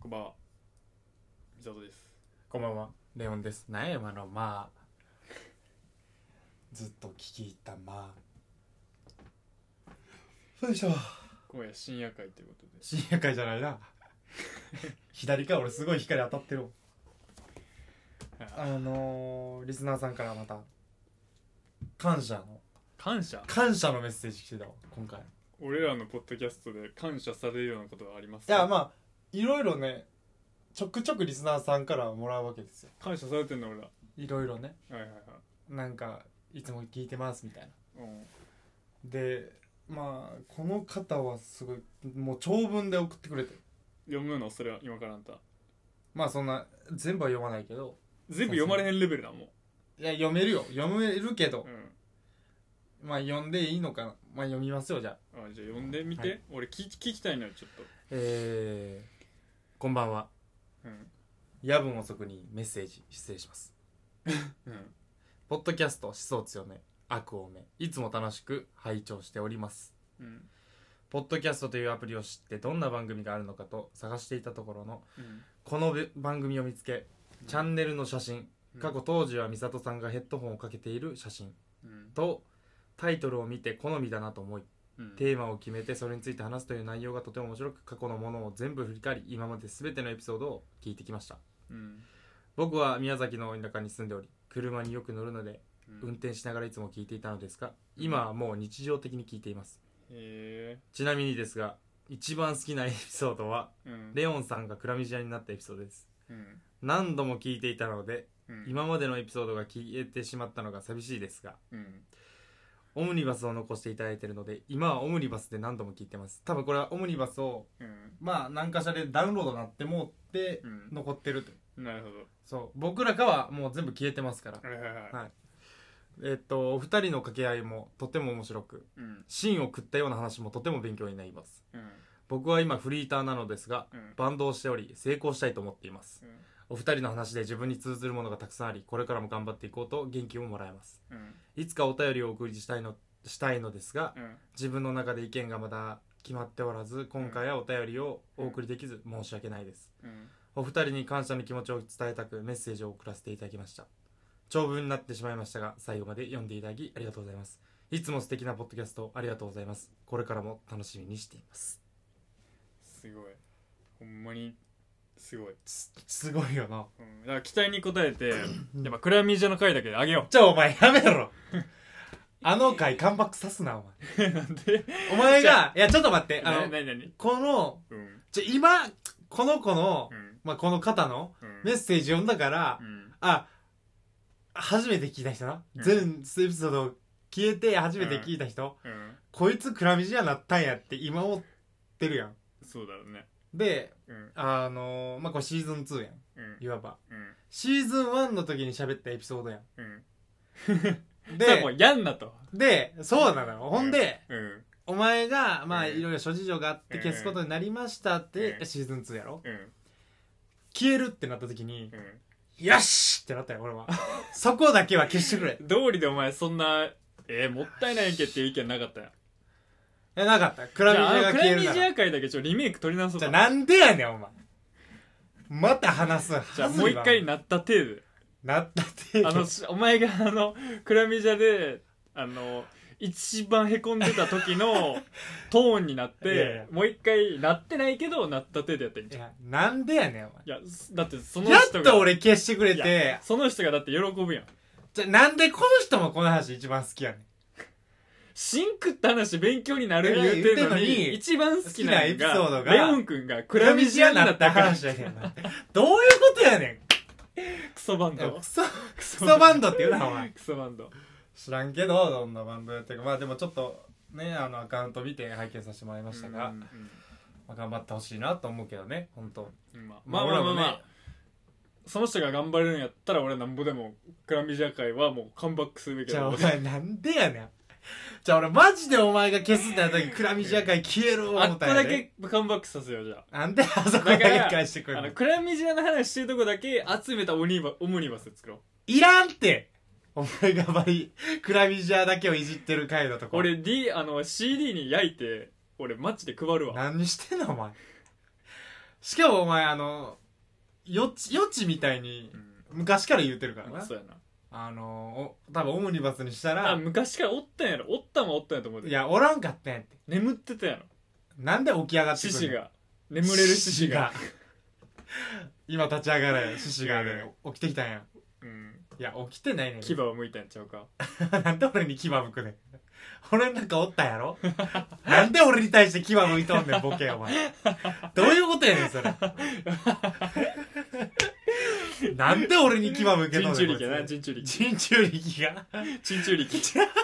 こんばんは、みさとです。 こんばんは、レオンです。なんや今のまあずっと聞き入ったまあよいしょ。 今夜深夜会ということで。 深夜会じゃないな左から俺すごい光当たってる。リスナーさんからまた感謝のメッセージ来てたわ今回。 俺らのポッドキャストで感謝されるようなことはありますか？ いやまあいろいろね、ちょくちょくリスナーさんからもらうわけですよ。 感謝されてんの俺ら。 いろいろね、 はいはいはい。 なんかいつも聞いてますみたいな。 うん。 でまあこの方はすごいもう長文で送ってくれて、 読むのそれは今からあんた。 まあそんな全部は読まないけど、 全部読まれへんレベルだもん。 いや読めるよ、読めるけど、 うん。 まあ読んでいいのかな。まあ読みますよじゃあ。 じゃあ読んでみて。 はい、 俺聞きたいのよちょっと。 こんばんは。 うん。 夜分遅くにメッセージ失礼します。 うん。 ポッドキャスト思想強め悪多め、いつも楽しく拝聴しております。 うん。 ポッドキャストというアプリを知ってどんな番組があるのかと探していたところの、 うん。 この番組を見つけ、チャンネルの写真、過去当時は美里さんがヘッドホンをかけている写真とタイトルを見て好みだなと思い、テーマを決めてそれについて話すという内容がとても面白く、過去のものを全部振り返り今まで全てのエピソードを聞いてきました。僕は宮崎の田舎に住んでおり、車によく乗るので運転しながらいつも聞いていたのですが、今はもう日常的に聞いています。ちなみにですが、一番好きなエピソードは、レオンさんがクラミジアになったエピソードです。何度も聞いていたので、今までのエピソードが消えてしまったのが寂しいですが、オムニバスを残していただいているので、今はオムニバスで何度も聞いてます。多分これはオムニバスを、まあ何かしらでダウンロードなってもって残ってると、 なるほど。 そう、僕らかはもう全部消えてますから。はい。お二人の掛け合いもとても面白く、芯を食ったような話もとても勉強になります。僕は今フリーターなのですが、バンドをしており成功したいと思っています。お二人の話で自分に通ずるものがたくさんあり、これからも頑張っていこうと元気をもらえます。いつかお便りをお送りしたいのですが、自分の中で意見がまだ決まっておらず、今回はお便りをお送りできず申し訳ないです。お二人に感謝の気持ちを伝えたくメッセージを送らせていただきました。長文になってしまいましたが、最後まで読んでいただきありがとうございます。いつも素敵なポッドキャストありがとうございます。これからも楽しみにしています。 すごい、ほんまにすごい。 すごいよな。 だから期待に応えてやっぱクラミジャの回だけあげよう。 じゃあお前やめろあの回カムバックさすなお前なんでお前が、いやちょっと待って、 何この、今この子の、まあ、この方のメッセージ読んだから、初めて聞いた人な、全エピソード消えて初めて聞いた人、こいつクラミジアなったんやって今思ってるやん。 そうだろうね。 で、まあこれシーズン2やん、いわば、シーズン1の時に喋ったエピソードやん、 でもうやんなと。 でそうなのよ。ほんで、お前がまあいろいろ諸事情があって消すことになりましたって、シーズン2やろ、消えるってなった時に、よしってなったよ俺はそこだけは消してくれ。 道理でお前そんなもったいないやんけっていう意見なかったやん。 なかった。クラミジアが消えるなら。 クラミジア回だけリメイク取り直そうか。 じゃあなんでやねんお前。また話す。 じゃあもう一回なった程度。 なった程度。 お前がクラミジアで一番へこんでた時のトーンになってもう一回なってないけどなった程度やったらいいんじゃん。 なんでやねんお前。 いやだってその人がやっと俺消してくれて、 その人がだって喜ぶやん。 じゃあなんでこの人もこの話一番好きやねん。 シンクって話勉強になる言うてるのに一番好きなエピソードがレオン君がクラミジアになった話やねん。どういうことやねん。 クソバンド。 クソバンドって言うなお前。 クソバンド知らんけどどんなバンドやってるか。まあでもちょっとねアカウント見て拝見させてもらいましたが、まあ、頑張ってほしいなと思うけどね本当。 まあその人が頑張れるんやったら俺なんぼでもクラミジア界はもうカムバックするべきだ。 じゃあお前なんでやねん。じゃあ俺マジでお前が消すってなった時クラミジア界消える思ったんやで。 あっこだけカムバックさせよう。じゃあなんであそこだけ返してくるの。 クラミジアの話してるとこだけ集めたオムニバス作ろう。 いらんってお前がクラミジアだけをいじってる回のとこ。 俺、CD に焼いて俺マッチで配るわ。 何してんのお前。 しかもお前予知みたいに昔から言ってるからな、 そうやな。 多分オムニバスにしたら昔からおったんやろ。おったんはおったんやと思うで。 いやおらんかったんやって。 眠ってたやろ。 なんで起き上がってくるの獅子が眠れる獅子が今立ち上がれ獅子が起きてきたんや。いや起きてないねん。 牙を向いたんちゃうかなんで俺に牙向くねん。俺なんかおったやろ。なんで俺に対して牙向いとんねんボケお前。どういうことやねんそれ。なんで俺に牙向けとんねん。 人中力やな。人中力人中力が人中力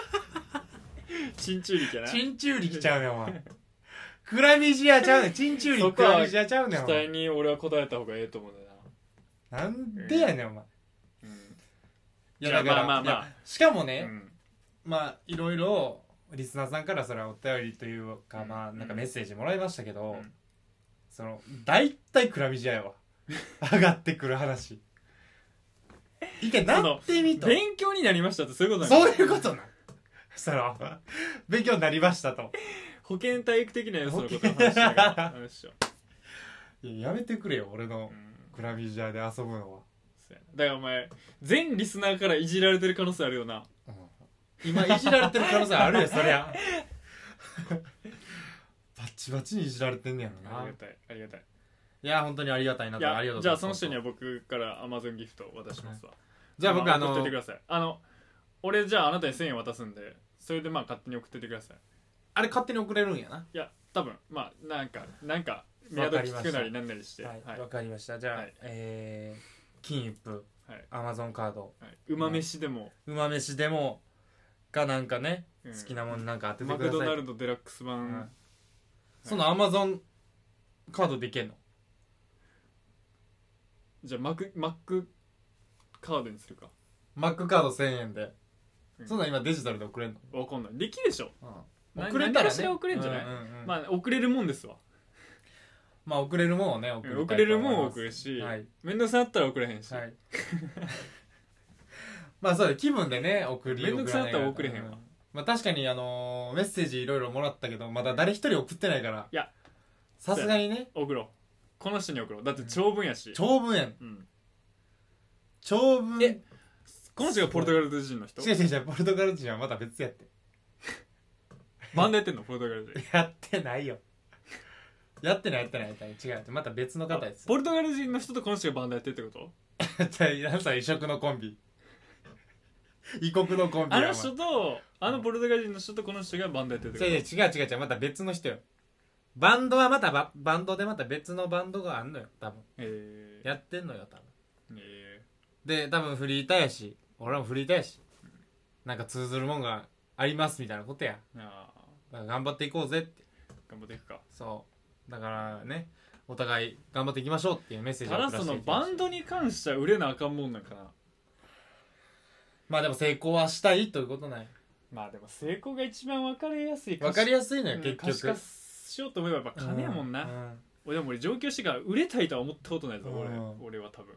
人中力やな。 人中力ちゃうねんお前。クラミジアちゃうねん。人中力クラミジアちゃうねん。 期待に俺は答えた方がええと思うんだよな。なんでやねんお前。いやだからまあしかもね、まあいろいろリスナーさんからそれはお便りというか、まあなんかメッセージもらいましたけど、その大体クラミジアやわ。上がってくる話。一回なってみと。 勉強になりましたってそういうことなんそういうことな。その勉強になりましたと。 保健体育的な要素のことの話だからいややめてくれよ俺のクラミジアで遊ぶのは。 だからお前全リスナーからいじられてる可能性あるよな。 今いじられてる可能性あるよそりゃ。バッチバチにいじられてんねやろな。 ありがたいありがたい。 いや本当にありがたいなと。ありがとうございます。 じゃあその人には僕から Amazon ギフトを渡しますわ。 じゃあ僕送っててください。俺じゃああなたに1000円渡すんでそれでまあ勝手に送っててください。 あれ勝手に送れるんやな。 いや多分まあなんかメアド聞くなりなんなりして。 わかりました。じゃあ金一封、Amazon カード、 馬飯でもかなんかね、好きなものなんか当ててください。 マクドナルドデラックス版、 その Amazon カードでいけんの？ じゃあマックカードにするか。 マックカード1000円で、そんなん今デジタルで送れんの？ わかんない。できるでしょ。 送れたらね。 送れんじゃない？まあ送れるもんですわ。 まあ送れるもんをね送れるもんを送るし、面倒くさなったら送れへんし。 まあそう気分でね送り。 面倒くさなったら送れへんわ。 まあ確かにメッセージいろいろもらったけどまだ誰一人送ってないから。 いやさすがにね送ろう。この人に送ろう。だって長文やし。 長文やん。長文。 この人がポルトガル人の人？ 違うポルトガル人はまた別やって。 バンドやってんの？ポルトガル人。 やってないよ。やってない違うまた別の方です。 ポルトガル人の人とこの人がバンドやってるってこと？ じゃあ皆さん異色のコンビ。異国のコンビ。 あの人とポルトガル人の人とこの人がバンドやってるってこと？ 違うまた別の人よ。バンドはまたバンドでまた別のバンドがあんのよ多分。やってんのよ多分。で多分フリーターやし俺もフリーターやしなんか通ずるもんがありますみたいなことや。だから頑張っていこうぜって。 頑張っていくか。 そうだからねお互い頑張っていきましょうっていうメッセージを送らせていただきました。 ただそのバンドに関しては売れなあかんもんなんかな。 まあでも成功はしたいということない。 まあでも成功が一番分かりやすい。 分かりやすいのよ結局。 可視化しようと思えばやっぱ金やもんな。でも俺上京してから売れたいとは思ったことないぞ俺は多分。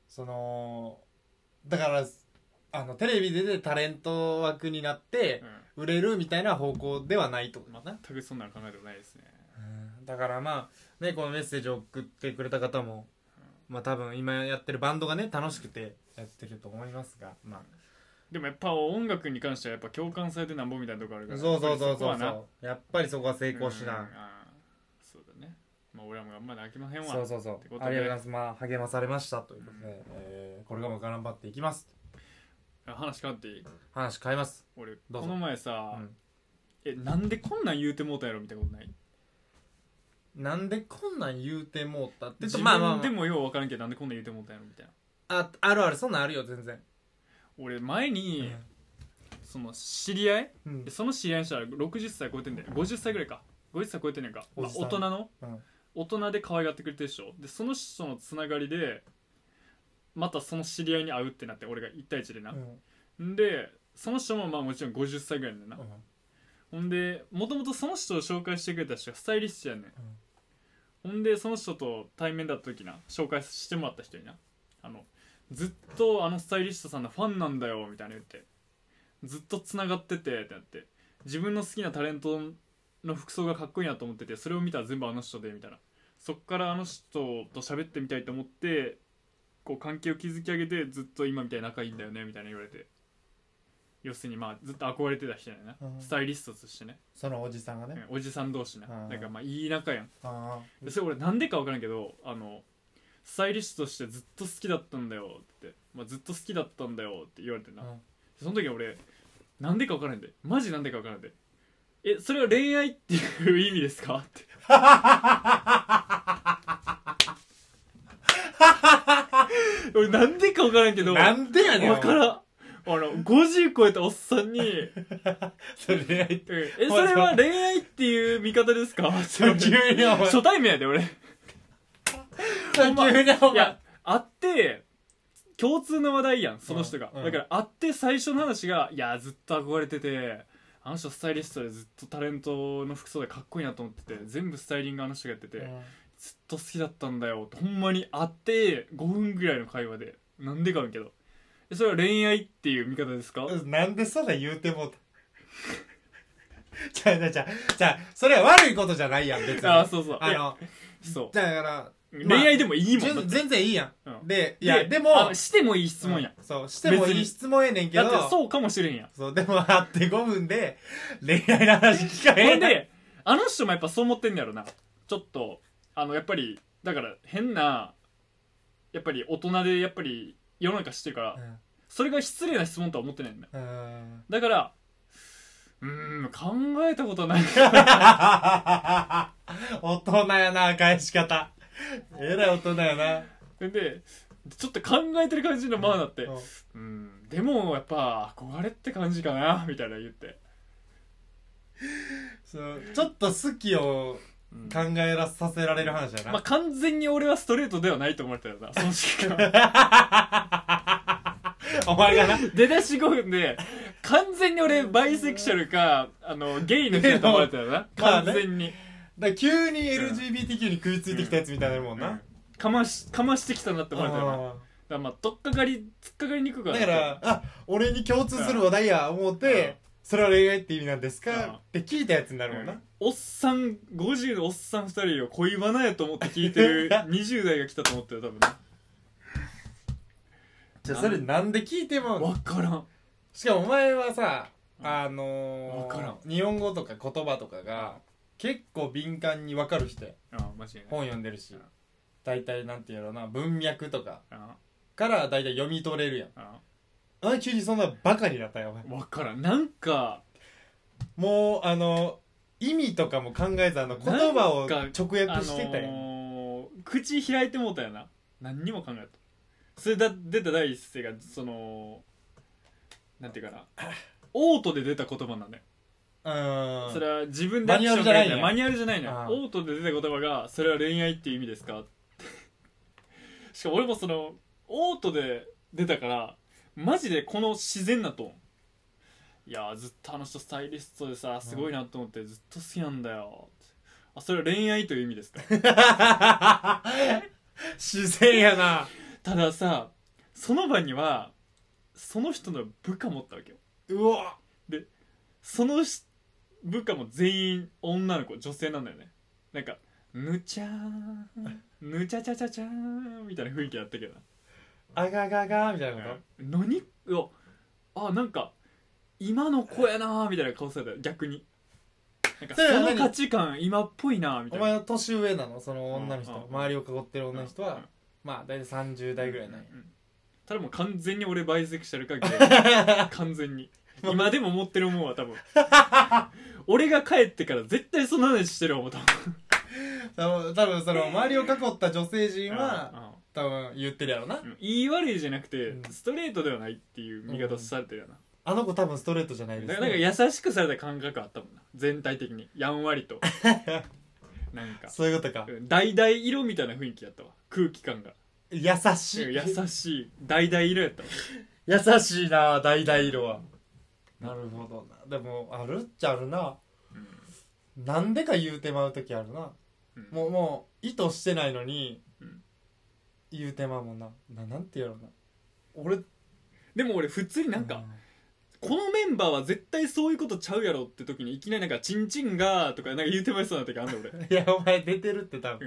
だからテレビでタレント枠になって売れるみたいな方向ではないと思うな。 全くそんなの考えてもないですね。 だからまあねこのメッセージを送ってくれた方も、まあ多分今やってるバンドがね楽しくてやってると思いますが、まあでもやっぱ音楽に関してはやっぱ共感されてなんぼみたいなとこあるから。 そうやっぱりそこは成功しな。 そうだね。まあ俺らもあんまり飽きまへんわ。 そうありがとうございます。まあ励まされましたということで、これからも頑張っていきます。 話変わっていい？ 話変えます。 俺この前さ、なんでこんなん言うてもうたやろみたいなことない？ なんでこんなん言うてもうたって自分でもよう分からんけどなんでこんなん言うてもうたやろみたいな。 あるそんなんあるよ全然。 俺前に、その知り合い、その知り合いにしたら60歳超えてんだよ。50歳ぐらいか。50歳超えてんねんか、大人で可愛がってくれてるでしょ。でその人のつながりでまたその知り合いに会うってなって俺が1対1でな、でその人もまあもちろん50歳ぐらいなんだよな、ほんでもともとその人を紹介してくれた人がスタイリストやねん、ほんでその人と対面だった時な紹介してもらった人になずっとスタイリストさんのファンなんだよみたいな言って、ずっとつながっててってなって、自分の好きなタレントの服装がかっこいいなと思ってて、それを見たら全部あの人でみたいな、 そっからあの人と喋ってみたいと思ってこう関係を築き上げてずっと今みたいに仲いいんだよねみたいな言われて、要するにまあずっと憧れてた人やな、スタイリストとしてね、 そのおじさんがね、 おじさん同士な、なんかまあいい仲やん。 でそれ俺なんでか分からんけどスタイリストとしてずっと好きだったんだよって、まあ、ずっと好きだったんだよって言われてな、その時俺なんでか分からんで、マジなんでか分からんで、それは恋愛っていう意味ですかって俺なんでか分からんけど、 なんでやねん分からん、50超えたおっさんにそれ恋愛ってそれは恋愛っていう見方ですか急に初対面やで俺急にいや会って共通の話題やんその人が、だから会って最初の話がいやずっと憧れてて、あの人スタイリストでずっとタレントの服装でかっこいいなと思ってて、全部スタイリングあの人がやってて、ずっと好きだったんだよってほんまに会って5分ぐらいの会話で、なんでかんけどそれは恋愛っていう見方ですか？ なんでそんな言うてもうたじゃあそれは悪いことじゃないやん別に。 そうそうだから恋愛でもいいもん、 全然いいやん、でいやでもしてもいい質問やん、 そうしてもいい質問やねんけど、 だってそうかもしれんやん。 そうでも会って5分で恋愛の話聞かへん。 ほんであの人もやっぱそう思ってんねやろな、ちょっとやっぱりだから変なやっぱり大人でやっぱり世の中知ってるから、それが失礼な質問とは思ってないんだよ、だから考えたことない大人やな返し方、えらい大人やな。 でちょっと考えてる感じのまあなって、でもやっぱ憧れって感じかなみたいな言って、 そうちょっと好きを考えさせられる話やな、 まあ完全に俺はストレートではないと思われたよなその時間お前がな出だし5分で完全に俺バイセクシャルかゲイの人だと思われたよな完全に、 だから急に LGBTQ に食いついてきたやつみたいなもんな、 かましてきたなって思われたよな。だからまあ突っかかりにくくはだから俺に共通する話題や思ってそれは恋愛って意味なんですかって聞いたやつになるもんな、 おっさん50のおっさん2人を恋バナやと思って聞いてる20代が来たと思ったよ多分。 じゃあそれなんで聞いても分からん。 しかもお前はさ分からん、 日本語とか言葉とかが結構敏感に分かる人や。 間違いない。 本読んでるし大体なんていうのな文脈とかから大体読み取れるやん。急にそんなバカになったよお前。 分からん、なんかもう意味とかも考えず言葉を直訳してたやん、 口開いてもうたよな、何にも考えた。それ出た第一声がなんていうかなオートで出た言葉なんだよ。それは自分でマニュアルじゃないのよ。 マニュアルじゃないのよ。オートで出た言葉がそれは恋愛っていう意味ですかしかも俺もオートで出たからマジでこの自然なトーン、いやずっとあの人スタイリストでさすごいなと思ってずっと好きなんだよ、それは恋愛という意味ですか自然やな。 たださその場にはその人の部下もったわけよ。 うわでその部下も全員女の子女性なんだよね。なんかぬちゃーんぬちゃちゃちゃちゃーんみたいな雰囲気だったけどな。 あがががみたいなこと、何なんか今の子やなーみたいな顔されたよ逆に。なんかその価値観今っぽいなーみたいな。 お前は年上なのその女の人、周りを囲ってる女の人は、まあ大体30代ぐらいなんや、 ただもう完全に俺バイセクシャルかゲイ完全に今でも思ってる思うわ多分俺が帰ってから絶対その話してる思う多分その周りを囲った女性陣は多分言ってるやろな、 言い悪いじゃなくて、ストレートではないっていう見方されてるよな、 あの子多分ストレートじゃないですね。 なんか優しくされた感覚あったもんな全体的にやんわりとなんかそういうことか、 橙色みたいな雰囲気やったわ空気感が。 優しい優しい橙色やったわ優しいな橙色は。なるほどな。でもあるっちゃあるな、なんでか言うてまう時あるな、もう意図してないのに言うてまうもんな。なんて言うのな。 でも俺普通になんか、このメンバーは絶対そういうことちゃうやろって時にいきなりなんかチンチンがとかなんか言うてまいそうな時あんの俺いやお前出てるって多分、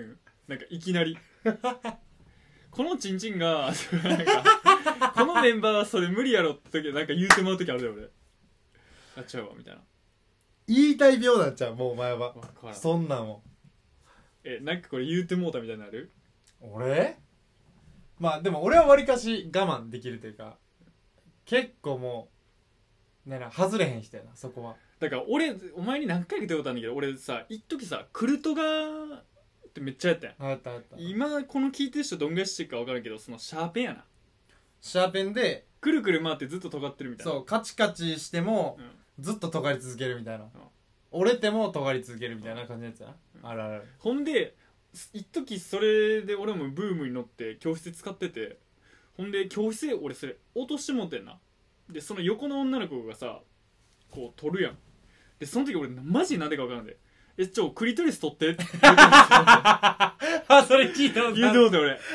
なんかいきなりこのチンチンがなんかこのメンバーはそれ無理やろって時なんか言うてもらう時あるよ俺。あっちゃうわみたいな。 言いたい病なんちゃうもうお前は。そんなんもなんかこれ言うてもうたみたいなのある？ 俺まあでも俺はわりかし我慢できるというか結構もうねな外れへん人やなそこは。 だから俺お前に何回か言ったことあるんだけど俺さ一時さクルトガってめっちゃやったやん。 あった今この聞いてる人どんぐらいしてるか分からんけどそのシャーペンやな。 シャーペンでくるくる回ってずっと尖ってるみたいな。 そうカチカチしても、ずっと尖り続けるみたいな、折れても尖り続けるみたいな感じのやつや、あるある。 ほんで一時それで俺もブームに乗って教室で使ってて、ほんで教室で俺それ落としてもってんな。でその横の女の子がさこう取るやん。でその時俺マジなんでか分からんでクリトリス取ってって言うてあそれ聞いたこと言うてもって俺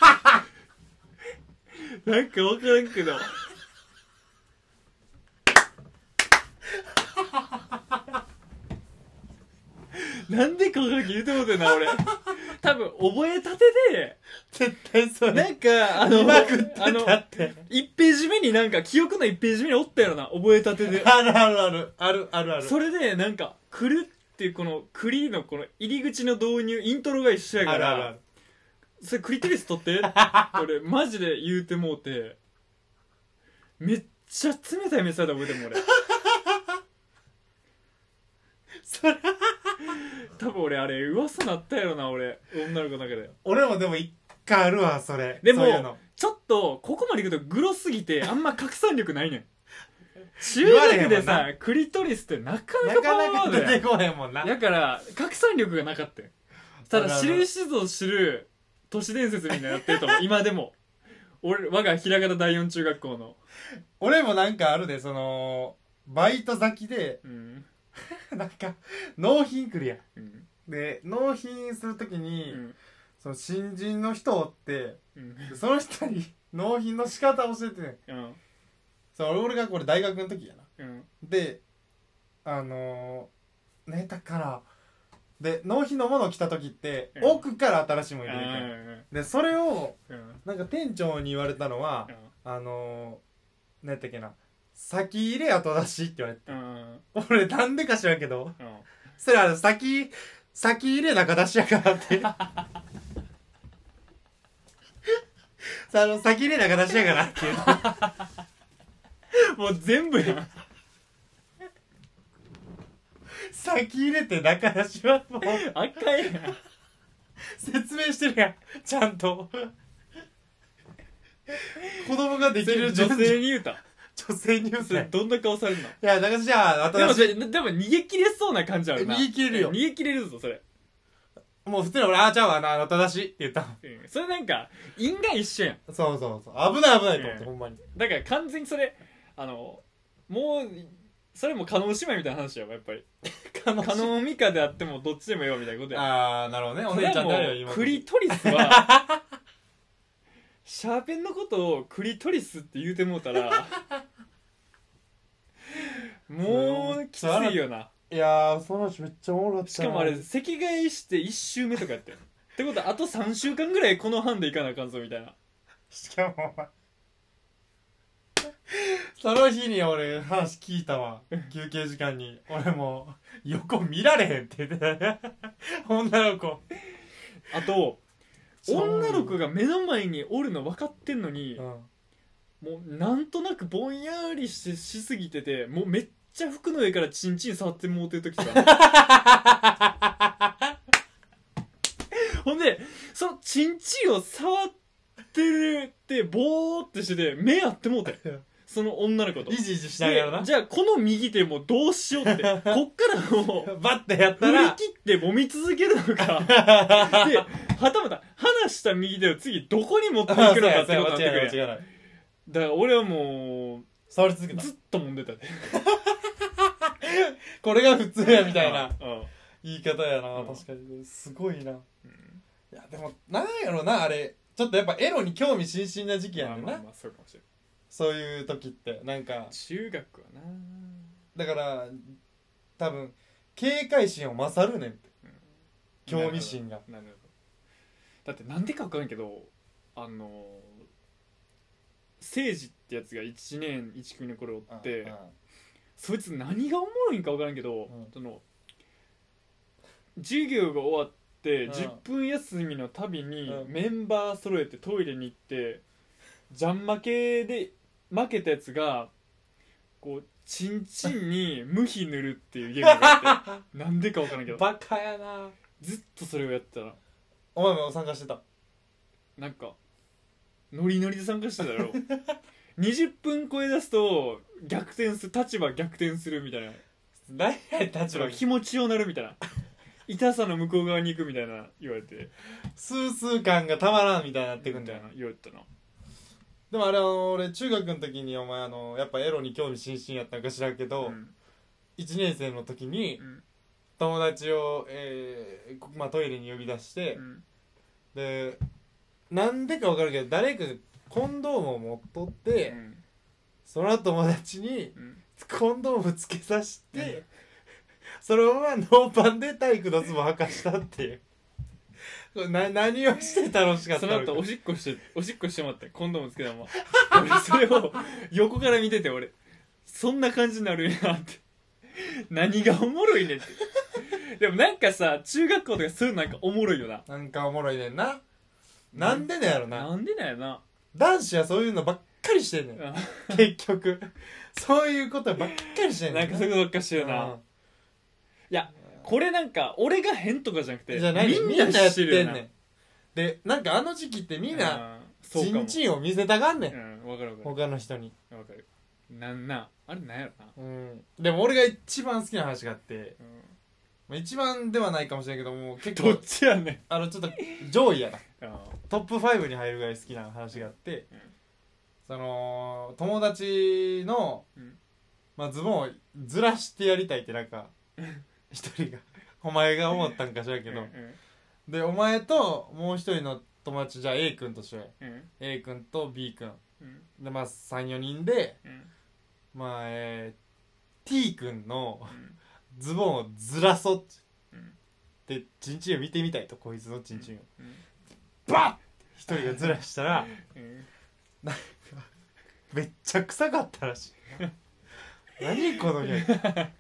なんか分からんけどなんでか分からんけど言うてもってんな俺多分覚えたてで絶対そうなんか1ページ目になんか記憶の1ページ目におったやろな覚えたてであるあるあるあるあるある。 それでなんかくるっていうこのクリのこの入り口の導入イントロが一緒やからあるあるあるそれクリトリス取って俺マジで言うてもうてめっちゃ冷たい目された覚えても俺それ多分俺あれ噂なったやろな俺女の子の中で。 俺もでも一回あるわそれ。 でもそういうのちょっとここまでいくとグロすぎてあんま拡散力ないねん中学でさクリトリスってなかなかパワーワードや出てこへんもんな。 だから拡散力がなかったよ。ただ知る人ぞ知る都市伝説みたいなやってると思う今でも我が平方第四中学校の俺もなんかあるでそのバイト先で、なんか納品来るやん、で納品するときに、その新人の人おって、その人に納品の仕方教えてね、そう俺がこれ大学の時やな、でネタからで納品のもの来た時って、奥から新しいもの入れてくる、でそれを、なんか店長に言われたのは、何やったっけな、先入れ後出しって言われて、俺なんでか知らんけど、それ先入れ中出しやからって先入れ中出しやからって言うもう全部やん先入れて中出しはもうあかんやん説明してるやんちゃんと子供ができる女性に言うた女性に言うたどんな顔されるの。いやだからじゃあでも逃げ切れそうな感じあるな。 逃げ切れるよ、 逃げ切れるぞそれ。 もう普通に俺じゃあ正しいって言った、 それなんか因が一緒やん。 そうそうそう危ないと思って、ほんまにだから完全にそれもうそれも加納姉妹みたいな話やわやっぱり加納美香であってもどっちでもよみたいなことや。 ああなるほどね。お姉ちゃんであればクリトリスはシャーペンのことをクリトリスって言うてもうたらもうきついよな。 いやーその話めっちゃおもろかった。 しかもあれ席替えして1週目とかやってんってことはあと3週間ぐらいこの班でいかなあかんぞみたいな。 しかもその日に俺話聞いたわ休憩時間に俺もう横見られへんって言ってた女の子。 あと女の子が目の前におるの分かってんのに、もうなんとなくぼんやりしすぎててもうめっちゃ服の上からチンチン触ってもうてる時さほんでそのチンチンを触ってるってボーってしてて目合ってもうてその女の子とイジイジしながらな。 じゃあこの右手もどうしようってこっからもうバッてやったら振り切って揉み続けるのかではたまた離した右手を次どこに持っていくのかってことになってくるやん。だから俺はもう触り続けた、 ずっと揉んでたでこれが普通やみたいな言い方やな。確かにすごいな、いやでもなんやろなあれちょっとやっぱエロに興味津々な時期やねんな。 そうかもしれない。 そういう時ってなんか中学はなだから多分警戒心を勝るねんって、興味心が。 なるほだってなんでか分からんけど誠治ってやつが1年1組の頃おって、そいつ何がおもろいんか分からんけど、その授業が終わって10分休みのたびにメンバー揃えてトイレに行ってジャン負けで負けたやつがこうチンチンに無比塗るっていうゲームがあってなんでか分からんけどバカやな。 ずっとそれをやってたな。 お前も参加してた？ なんかノリノリで参加してたやろ20分超え出すと逆転する、立場逆転するみたいな、 何や立場気持ちようなるみたいな痛さの向こう側に行くみたいな言われてスースー感がたまらんみたいになってくんだよな言われたな。 でもあれ俺中学の時にお前やっぱエロに興味津々やったんか知らんけど、1年生の時に友達を、トイレに呼び出して、でなんでか分かるけど誰かがコンドームを持っとって、その友達にコンドームつけさせて、そのままノーパンで体育のズボン履かしたっていう何をして楽しかったのか。 その後おしっこしてもらってコンドームつけたまま俺それを横から見てて、俺そんな感じになるんやって何がおもろいねんってでもなんかさ中学校とかそういうのなんかおもろいよな。 なんかおもろいねんな。なんでなんやろな。 なんでなんやな。 男子はそういうのばっかりしてんねん結局そういうことばっかりしてんねん。 なんかそういうことばっかりしてるな。いやこれなんか俺が変とかじゃなくてじゃないみんなやってんねん。でなんか時期ってみんなチンチンを見せたがんねん。 わかるわかる。 他の人にわかる。あれなんやろな。 でも俺が一番好きな話があって、一番ではないかもしれんけども結構どっちやねんちょっと上位やなトップ5に入るぐらい好きな話があって、その友達の、ズボンをずらしてやりたいってなんか一人がお前が思ったんか知らんけど、でお前ともう一人の友達じゃあ A 君としようや、A 君と B 君、で3,4 人で、T 君の、ズボンをずらそうってチンチンを見てみたいと、こいつのチンチンを、バッ一人がずらしたら、なんかめっちゃ臭かったらしい何この匂い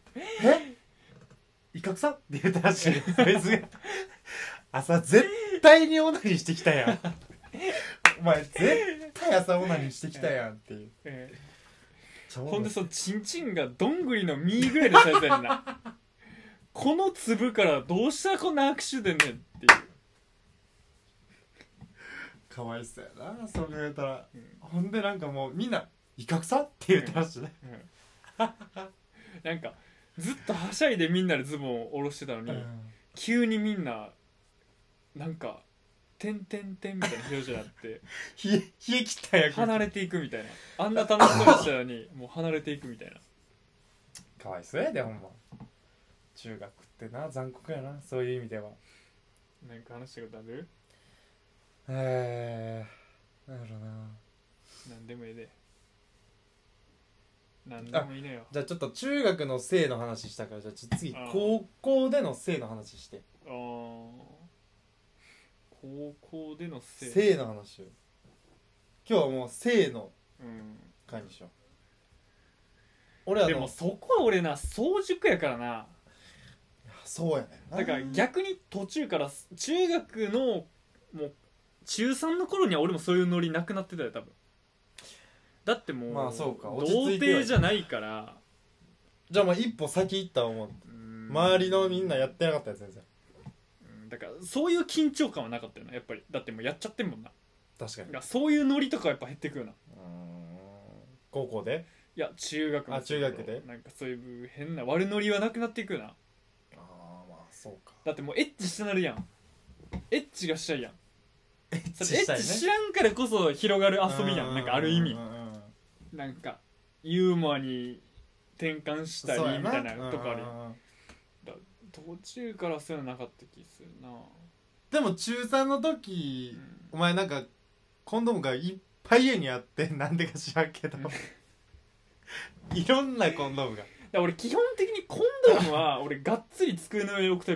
イカ臭って言ったらしいそいつが朝絶対にオナニーしてきたやんお前絶対朝オナニーしてきたやんっていう、 ほんでそのチンチンがどんぐりの実ぐらいのサイズやねんなこの粒からどうしたらこんな握手でんねんっていう。 かわいそうやなそう言われたら、ほんでなんかもうみんなイカ臭って言ってましたね、 なんかずっとはしゃいでみんなでズボンを下ろしてたのに、急にみんななんかてんてんてんみたいな表情になって冷え切ったやん離れていくみたいな、あんな楽しそうにしたのにもう離れていくみたいな。 かわいそうやでほんま。中学ってな残酷やなそういう意味では。 なんか話したことある？ なんやろな。 なんでもいいで。なんでもいいのよ。 じゃあちょっと中学の性の話したから、じゃあちょっと次高校での性の話して。 高校での性の話を今日はもう性の回にしよう、俺でもそこは俺な早熟やからな。 そうやねんな。 だから逆に途中から中学のもう中3の頃には俺もそういうノリなくなってたよ多分。だってもう、 そうか童貞じゃないから。 じゃあ一歩先行った思う。周りのみんなやってなかったやつ全然。 だからそういう緊張感はなかったよなやっぱり。だってもうやっちゃってんもんな。 確かに。 そういうノリとかやっぱ減ってくよな。 高校で？ いや中学も。 中学でなんかそういう変な悪ノリはなくなっていくよな。 そうか。 だってもうエッチしたなるやん。エッチがしたいやん。 エッチしたいね。 エッチ知らんからこそ広がる遊びやん。なんかある意味なんかユーモアに転換したりみたいなとこあるやん。途中からそういうのなかった気するな。 でも中3の時、お前なんかコンドームがいっぱい家にあってなんでか知らんけどいろんなコンドームが。 俺基本的にコンドームは俺がっつり机の上に置くタイプなんだよ。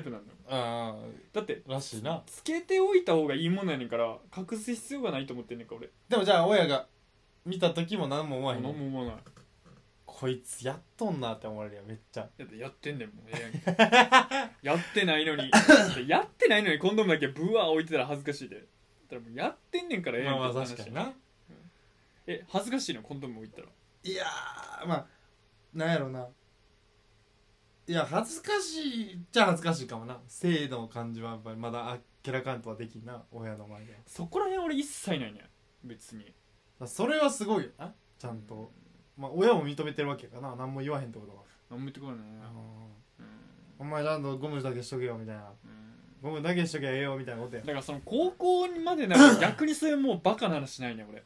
あだってらしいな。 つけておいた方がいいものやねんから隠す必要がないと思ってんねんか俺。 でもじゃあ親が見た時も何も思わへん。 何も思わない。 こいつやっとんなって思われるやんめっちゃ。 やってんねんもうやってないのにやってないのにコンドームだけブワー置いてたら恥ずかしいで。だからもうやってんねんからまあまあ確かにな。 恥ずかしいのコンドーム置いたら。 いやまあなんやろな。いや恥ずかしいじゃ恥ずかしいかもな。性の感じはやっぱりまだあっけらかんとはできんな親の前では。 そこら辺俺一切ないね別に。 それはすごいよなちゃんと。まあ親も認めてるわけかな。何も言わへんってことは。 何も言ってこないね。 お前ちゃんとゴムだけしとけよみたいな。ゴムだけしとけよええよみたいなことや。 だからその高校までなら逆にそういうもうバカな話ないね俺。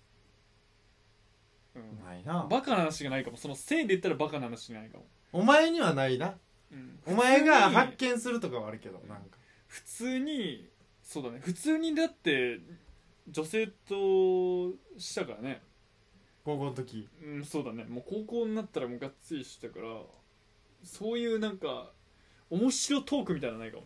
ないな。 バカな話がないかも。その性で言ったらバカな話ないかも。 お前にはないな。お前が発見するとかはあるけどなんか普通にそうだね。普通にだって女性としたからね高校の時。 そうだね。もう高校になったらもうがっつりしたからそういうなんか面白トークみたいなのないかもね。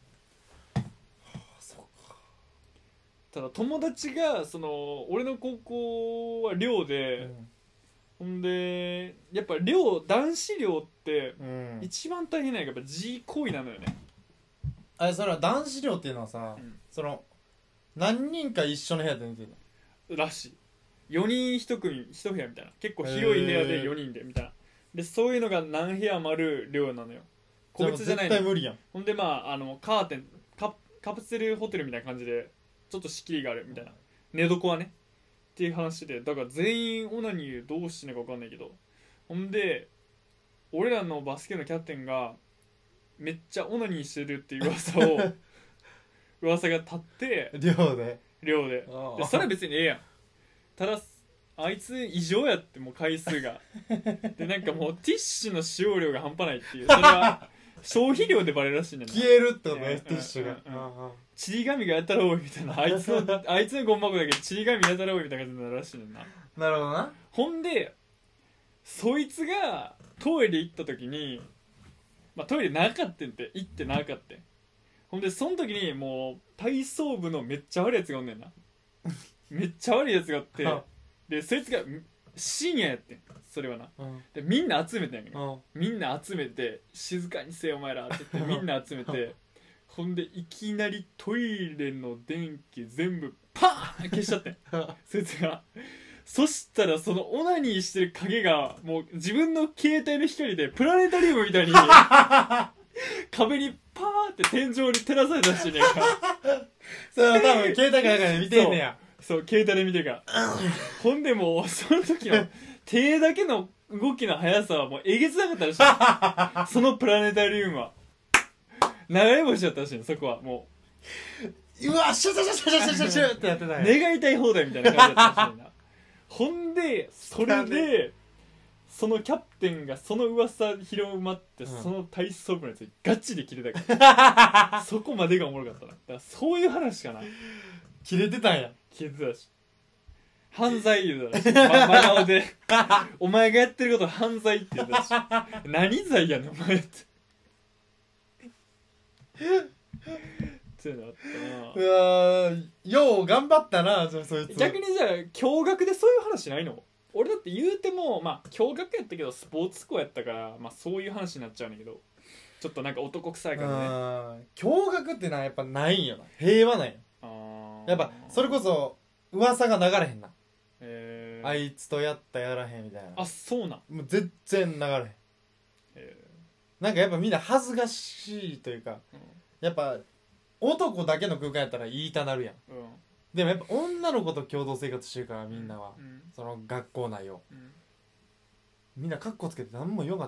そうか。 ただ友達がその俺の高校は寮で、ほんでやっぱ男子寮って一番大変なのがやっぱ G 行為なのよね。 あれそれは男子寮っていうのはさ、その何人か一緒の部屋で寝てるのらしい。4人1組1部屋みたいな結構広い部屋で4人でみたいなでそういうのが何部屋もある寮なのよ。個別じゃないの。 絶対無理やん。 ほんでまあカーテンカプセルホテルみたいな感じでちょっと仕切りがあるみたいな寝床はねっていう話でだから全員オナニーどうしてんのか分かんないけどほんで俺らのバスケのキャプテンがめっちゃオナニーしてるっていう噂が立って寮でそれは別にええやん。ただあいつ異常やってもう回数がでなんかもうティッシュの使用量が半端ないっていうそれは消費量でバレるらしいねんな。 消えるってことねティッシュが。 ちり紙がやたら多いみたいなあいつのゴミ箱だけちり紙やたら多いみたいな感じになるらしいねんな。 なるほどな。 ほんでそいつがトイレ行った時にまあトイレなかったんって行ってなかったん。ほんでその時にもう体操部のめっちゃ悪いやつがおんねんなめっちゃ悪いやつがあってでそいつが深夜やってんそれはな、でみんな集めてんやけど、みんな集めて静かにせえお前らって言ってみんな集めてほんでいきなりトイレの電気全部パーン消しちゃってんそいつが。そしたらそのオナニーしてる影がもう自分の携帯の光でプラネタリウムみたいに壁にパーって天井に照らされたしねえかそれは多分携帯かなんかで見てんねや。 そう携帯で見てるからほんでもうその時の手だけの動きの速さはもうえげつなかったらしいそのプラネタリウムは流れ星だったらしいのそこはもうわシュシュシュシュシュシュシュってやってたんや。 願いたい放題みたいな感じだったらしいなほんでそれでそのキャプテンがその噂広まって、その体操部のやつにガチで切れたからそこまでがおもろかったな。だからそういう話かな。 切れてたんや。 切れてたし犯罪言うたらし真顔でお前がやってること犯罪って言うたらし何罪やねんお前ってっていうのあったな。 うわよう頑張ったなそいつ。 逆にじゃあ共学でそういう話ないの？俺だって言うてもまあ共学やったけどスポーツ校やったからまあそういう話になっちゃうんだけどちょっとなんか男臭い感じね。 共学ってやっぱないんよな。平和なんよ。やっぱそれこそ噂が流れへんな。あいつとやったやらへんみたいな。 あそうなん。 もう全然流れへん。なんかやっぱみんな恥ずかしいというか、やっぱ男だけの空間やったら言いたなるやん、でもやっぱ女の子と共同生活してるからみんなは、その学校内を、みんなカッコつけて何も言わんかった、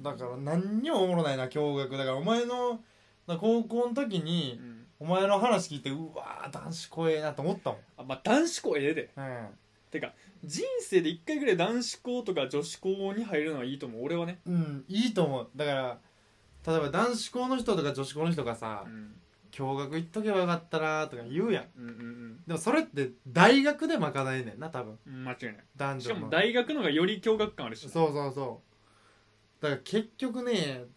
だから何にもおもろないな共学だから。お前の高校の時に、お前の話聞いてうわー男子怖えなと思ったもん。 まあ男子校ええで、てか人生で1回ぐらい男子校とか女子校に入るのはいいと思う俺はね。 いいと思う。だから例えば男子校の人とか女子校の人がさ、共学行っとけばよかったなとか言うやん、でもそれって大学で賄えねんな多分、 間違いない。 男女のしかも大学のがより共学感あるし、 そうだから結局ね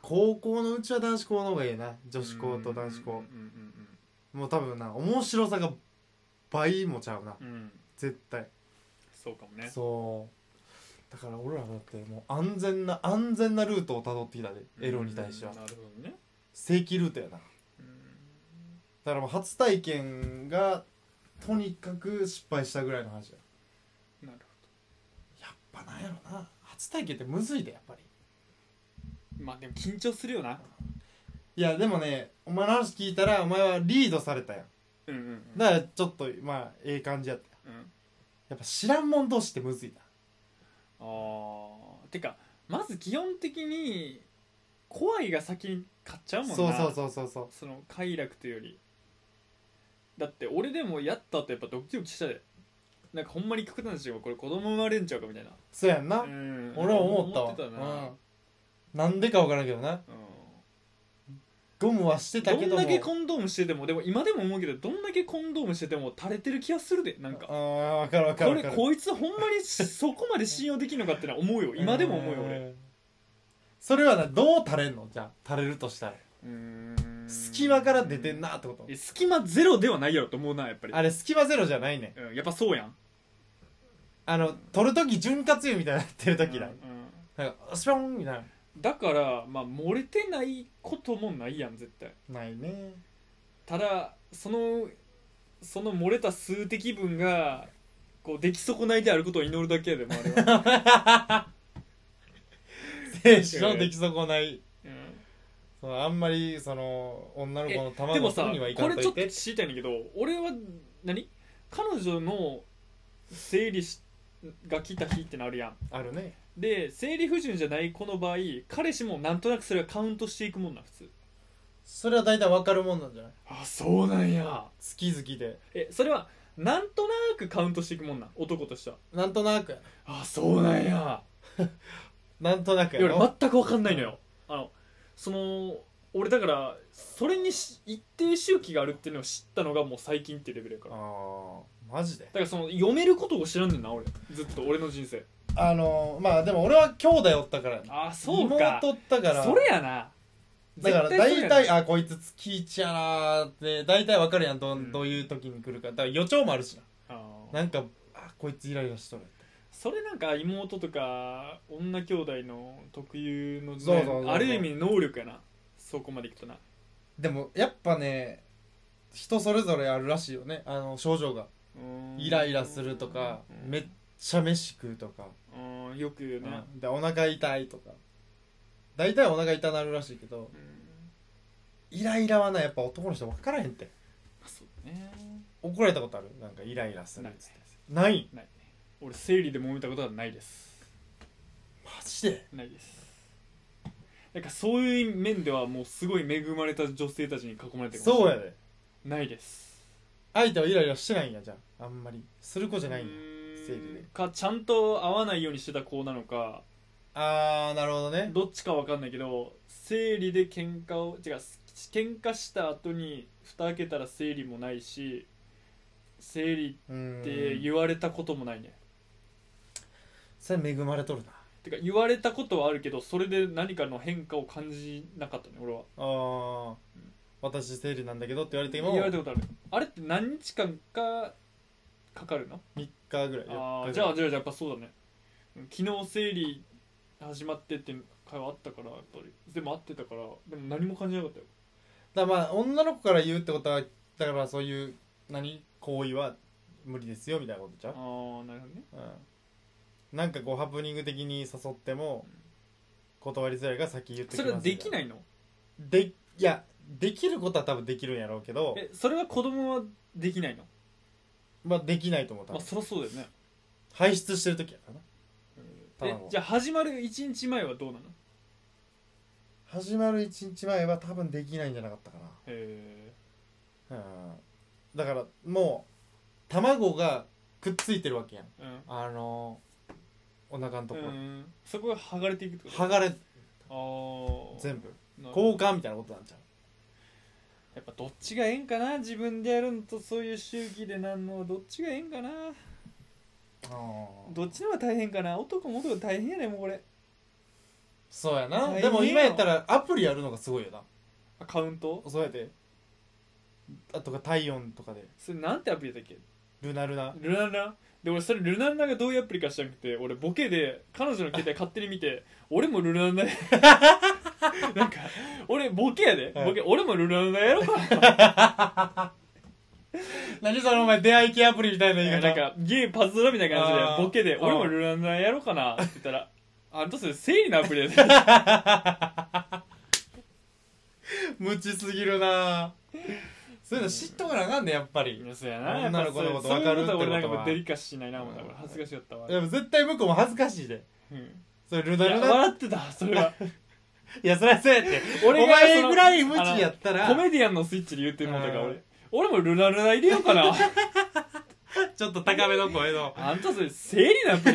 高校のうちは男子校の方がいいな。女子校と男子校、もう多分な面白さが倍もちゃうな、絶対。 そうかもね。 そうだから俺らだってもう安全なルートをたどってきたで、エロに対しては。 なるほどね。 正規ルートやな。だからもう初体験がとにかく失敗したぐらいの話や。 なるほど。やっぱなんやろな、初体験ってむずいでやっぱり。 まあでも緊張するよな。 いやでもね、お前の話聞いたらお前はリードされたやん。だからちょっとまあええ感じやった、やっぱ知らんもん同士ってむずいな。 てかまず基本的に怖いが先に買っちゃうもんな。 そうその快楽というより。だって俺でもやった後やっぱドキドキしたで。なんかほんまに極端な話がこれ子供生まれんちゃうかみたいな。 そうやんな、俺も思ったわ。思ってたな、なんでか分からんけどな、ゴムはしてたけども、 どんだけコンドームしてても、でも今でも思うけど、どんだけコンドームしてても垂れてる気がするで。なんか分かるこれこいつほんまにそこまで信用できるのかってのは思うよ。今でも思うよ俺。 それはな、どう垂れんの？じゃあ垂れるとしたら隙間から出てんなってこと？ 隙間ゼロではないやろと思うな、やっぱり。 あれ隙間ゼロじゃないね、 やっぱそうやん。 取るとき潤滑油みたいになってるときだ、なんかスポンみたいな。 だからまあ漏れてないこともないやん、絶対ないね。 ただその漏れた数滴分がこう出来損ないであることを祈るだけやでもあれは精子の出来損ない、あんまりその女の子の卵を取るにはいかんといて。 でもさ、これちょっと知りたいんだけど、俺は彼女の生理が来た日ってなるやん。 あるね。 で生理不順じゃない子の場合、彼氏もなんとなくそれはカウントしていくもんな、普通。 それは大体分かるもんなんじゃない？ あ、そうなんや。 月々で。 それはなんとなくカウントしていくもんな、男としては。 なんとなくやな。あ、そうなんやなんとなくやろ。 俺全く分かんないのよ。俺だからそれに一定周期があるっていうのを知ったのがもう最近ってレベルやから。 マジで？ だから読めることを知らんねんな、俺ずっと俺の人生。 まあでも俺は兄弟おったから、 あ、そうか、 妹おったからそれやな。 だから大体こいつ月1やなーって大体わかるやん、どういう時に来るか。だから予兆もあるしな。なんかこいつイライラしとるって。 それなんか妹とか女兄弟の特有の、ね、ある意味能力やな、そこまでいくとな。 でもやっぱね、人それぞれあるらしいよね、症状が。イライラするとか、めっちゃ飯食うとか、 よく言うね。 でお腹痛いとか、大体お腹痛なるらしいけど、イライラはな、やっぱ男の人分からへんって。 そうね。怒られたことある？なんかイライラするっつって。ない。 俺生理で揉めたことはないです。 マジで？ ないです。なんかそういう面ではもうすごい恵まれた女性たちに囲まれてる。 そうやで。 ないです。 相手はイライラしてないんや。じゃああんまりする子じゃないんや、生理で。 かちゃんと会わないようにしてた子なのか。 なるほどね。 どっちか分かんないけど、生理で喧嘩した後に蓋開けたら生理もないし、生理って言われたこともないね。 それ恵まれとるな。 てか言われたことはあるけど、それで何かの変化を感じなかったね、俺は。 私生理なんだけどって言われても。言われたことある。あれって何日間かかかるの ？3日ぐらい。 じゃあやっぱそうだね。昨日生理始まってって会話あったから、やっぱりでも会ってたから、でも何も感じなかったよ。 だからまあ女の子から言うってことは、だからそういう行為は無理ですよみたいなことじゃん。 なるほどね。 なんかこうハプニング的に誘っても断りづらいが先言ってきます。 それはできないの？ いや、できることは多分できるんやろうけど。 それは子供はできないの？ まあできないと思う。 まあそりゃそうだよね。 排出してる時やからな。 じゃあ始まる1日前はどうなの？ 始まる1日前は多分できないんじゃなかったかな。だからもう卵がくっついてるわけやん、お腹のところ、 そこが剥がれていくってこと？ 剥がれ全部交換みたいなことなんちゃう？ やっぱどっちがええんかな、自分でやるのとそういう周期でなんのどっちがええんかな。どっちの方が大変かな。男も男大変やねもうこれ。 そうやな。でも今やったらアプリやるのがすごいよな。 カウントそうやで。あとか体温とかで。 それなんてアプリだっけ？ ルナルナ。 ルナルナで、俺それルナルナがどういうアプリか知らなくて、俺ボケで彼女の携帯勝手に見て俺もルナルナなんか俺ボケやで、ボケ俺もルナルナやろうか何そのお前出会い系アプリみたいな言い方。 なんかゲーパズドラみたいな感じでボケで俺もルナルナやろうかなって言ったらあんたそれ生理のアプリやで無知すぎるな。そういうの知っとかなあかんねやっぱり。 そうやな。 女の子のこと分かるってことは。 そういうことは俺なんかデリカシーしないなもんだから恥ずかしかったわ。 でも絶対向こうも恥ずかしいで。うん。それルナルナ。 笑ってたそれは。 いやそりゃそうやって。お前ぐらい無知やったら。 コメディアンのスイッチで言ってるもんだから俺もルナルナ入れようかな。 ちょっと高めの声の。 あんたそれ生理なアプリ。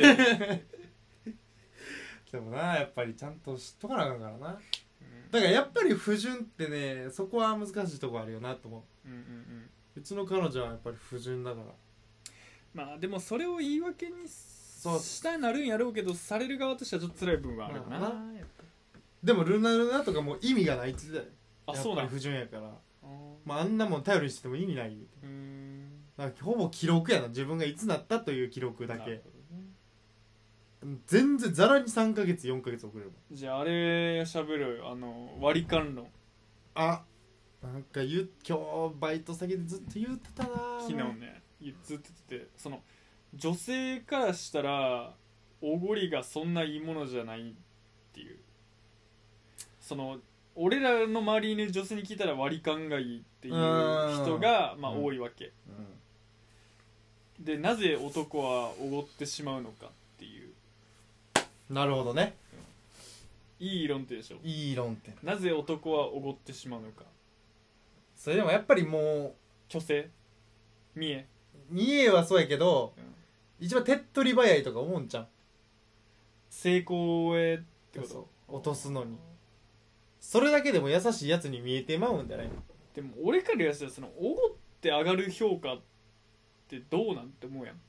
でもなやっぱりちゃんと知っとかなあかんからな。だからやっぱり不純ってねそこは難しいとこあるよなと思う。うちの彼女はやっぱり不純だから。 まあでもそれを言い訳にしたいなるんやろうけどされる側としてはちょっと辛い部分はあるよな。 でもルナルナとかもう意味がないって言ってたよ。 あ、そうなん。 やっぱり不純やから。まああんなもん頼りにしても意味ない。だからほぼ記録やな。自分がいつなったという記録だけ。全然ざらに3ヶ月4ヶ月遅れるもん。じゃああれ喋る割り勘論。 あなんか今日バイト先でずっと言ってたな。 昨日ねずっと言っててその女性からしたらおごりがそんないいものじゃないっていうその俺らの周りにいる女性に聞いたら割り勘がいいっていう人がまあ多いわけ、でなぜ男はおごってしまうのかっていう。 なるほどね、 いい論点でしょ。 いい論点。 なぜ男はおごってしまうのか。 それでもやっぱりもう虚勢見栄はそうやけど、一番手っ取り早いとか思うんちゃう。 成功へってこと。 落とすのにそれだけでも優しいやつに見えてまうんじゃない。 でも俺から言わせたらそのおごって上がる評価ってどうなんて思うやん、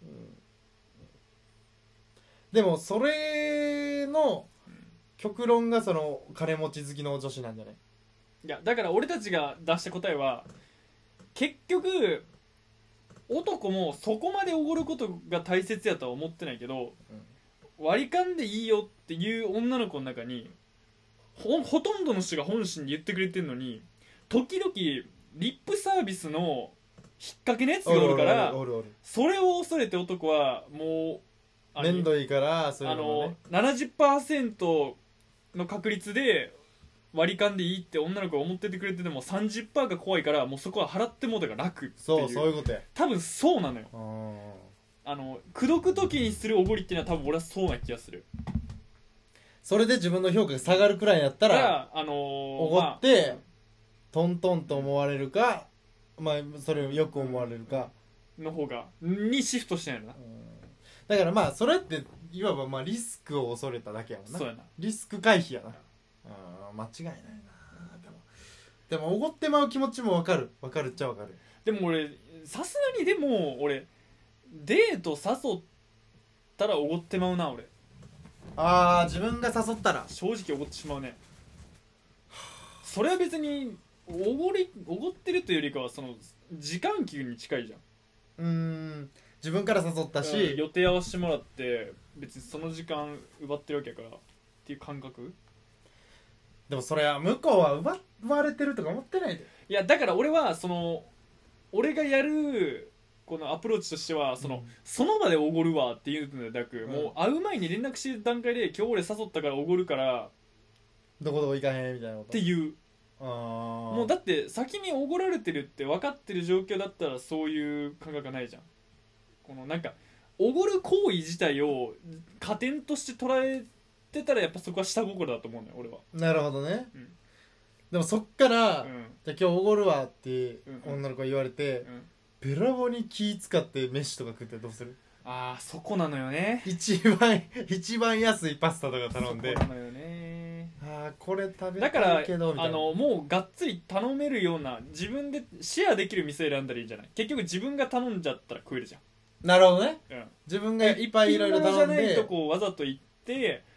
でもそれの極論がその金持ち好きの女子なんじゃない。 いやだから俺たちが出した答えは結局男もそこまでおごることが大切やとは思ってないけど、割り勘でいいよっていう女の子の中にほとんどの人が本心で言ってくれてるのに時々リップサービスの引っ掛けのやつがおるからそれを恐れて男はもう面倒いいからそういうのね、 70% の確率で割り勘でいいって女の子が思っててくれてても 30% が怖いからもうそこは払ってもうたが楽っていう。 そういうことや。 多分そうなのよ。口説く時にするおごりっていうのは多分俺はそうな気がする。 それで自分の評価が下がるくらいやったらおごって、トントンと思われるか、まあそれをよく思われるかの方がにシフトしてないのな。 だからまあそれっていわばまあリスクを恐れただけやもんな。 そうやな。 リスク回避やな。間違いないな。でもおごってまう気持ちも分かるっちゃ分かる。 でも俺さすがにでも俺デート誘ったらおごってまうな。俺自分が誘ったら正直おごってしまうね。それは別におごってるというよりかはその時間給に近いじゃん。 自分から誘ったし、 予定合わせてもらって別にその時間奪ってるわけやからっていう感覚。 でもそれは向こうは奪われてるとか思ってないで。 いやだから俺はその俺がやるこのアプローチとしてはその場でおごるわっていうのでなく、もう会う前に連絡してる段階で今日俺誘ったからおごるからどこどこ行かへんみたいなことっていう。もうだって先におごられてるって分かってる状況だったらそういう感覚がないじゃん。このなんかおごる行為自体を加点として捉えてたらやっぱそこは下心だと思うのよ俺は。 なるほどね、でもそっから、じゃあ今日おごるわって女の子が言われて、べらぼうに気使って飯とか食ってどうする。 そこなのよね。 一番安いパスタとか頼んでそこなのよね。 これ食べたいけどみたいな。 もうがっつり頼めるような自分でシェアできる店選んだらいいんじゃない。結局自分が頼んじゃったら食えるじゃん。 なるほどね、自分がいっぱいいろいろ頼んで一品じゃないとこをわざと行って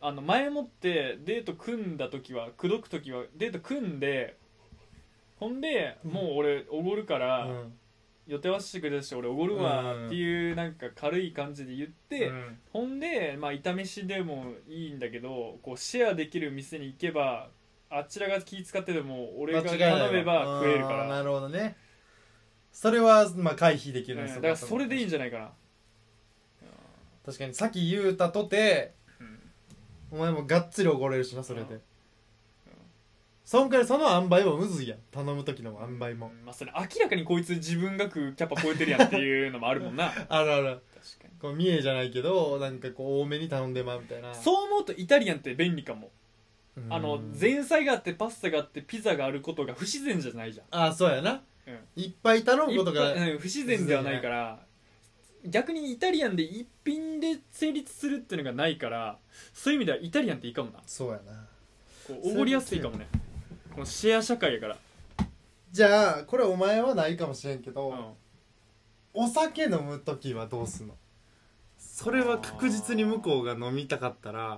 前もってデート組んだ時は口説く時はデート組んでほんでもう俺おごるから、予定はしてくれたし俺おごるわっていうなんか軽い感じで言って、ほんでまあ炒めしでもいいんだけどこうシェアできる店に行けばあちらが気使ってでも俺が頼めば食えるから。 なるほどね。それはまあ回避できるんですよ、 だからそれでいいんじゃないかな。 確かにさっき言うたとて、お前もがっつりおごれるしなそれで、そんくらいその塩梅もむずいやん、頼む時の塩梅も、 まあそれ明らかにこいつ自分が食うキャパ超えてるやんっていうのもあるもんなあるある。 確かにこう見えじゃないけどなんかこう多めに頼んでまうみたいな。 そう思うとイタリアンって便利かも。前菜があってパスタがあってピザがあることが不自然じゃないじゃん。 あ、そうやな、いっぱい頼むことが不自然ではないから、逆にイタリアンで一品で成立するっていうのがないから、そういう意味ではイタリアンっていいかもな。 そうやな、 こうおごりやすいかもね。このシェア社会やから。 じゃあこれお前はないかもしれんけど、お酒飲む時はどうすんの？ それは確実に向こうが飲みたかったら、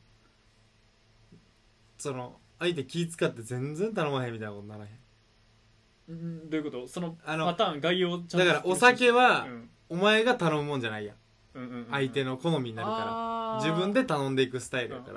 その相手気使って全然頼まへんみたいなことならへん。 どういうこと？そのパターン概要ちゃんとだからお酒は、お前が頼むもんじゃないやん、相手の好みになるから自分で頼んでいくスタイルやから、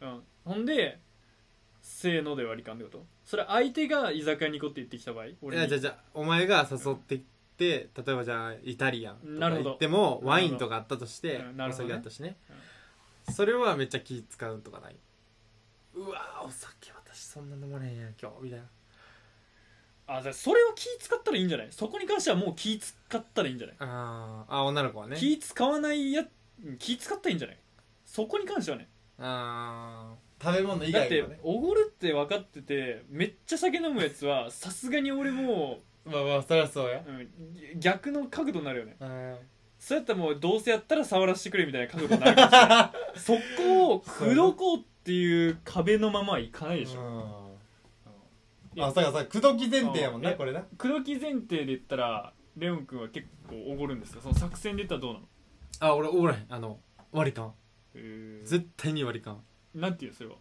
ほんでせーので割り勘ってこと？それ相手が居酒屋に行こうって言ってきた場合、 俺にじゃあお前が誘ってきて、例えばじゃあイタリアンとか行ってもワインとかあったとして、お酒あったしね、それはめっちゃ気使うとかない？うわお酒私そんな飲まれへんやん今日みたいな。 じゃあそれを気使ったらいいんじゃない？そこに関してはもう気使ったらいいんじゃない？ 女の子はね気使わない気使ったらいいんじゃない？そこに関してはね。 食べ物以外はね。 だっておごるって分かっててめっちゃ酒飲むやつはさすがに俺もまあそりゃそうや、 逆の角度になるよね。そうやったらもうどうせやったら触らせてくれみたいな角度になるかもしれないそこを口説こうっていう壁のままはいかないでしょ。 そうか口説き前提やもんねこれな。 口説き前提で言ったらレオン君は結構おごるんですか？その作戦で言ったらどうなの？ 俺おごらへん。割り勘、絶対に割り勘。 なんていうそれは？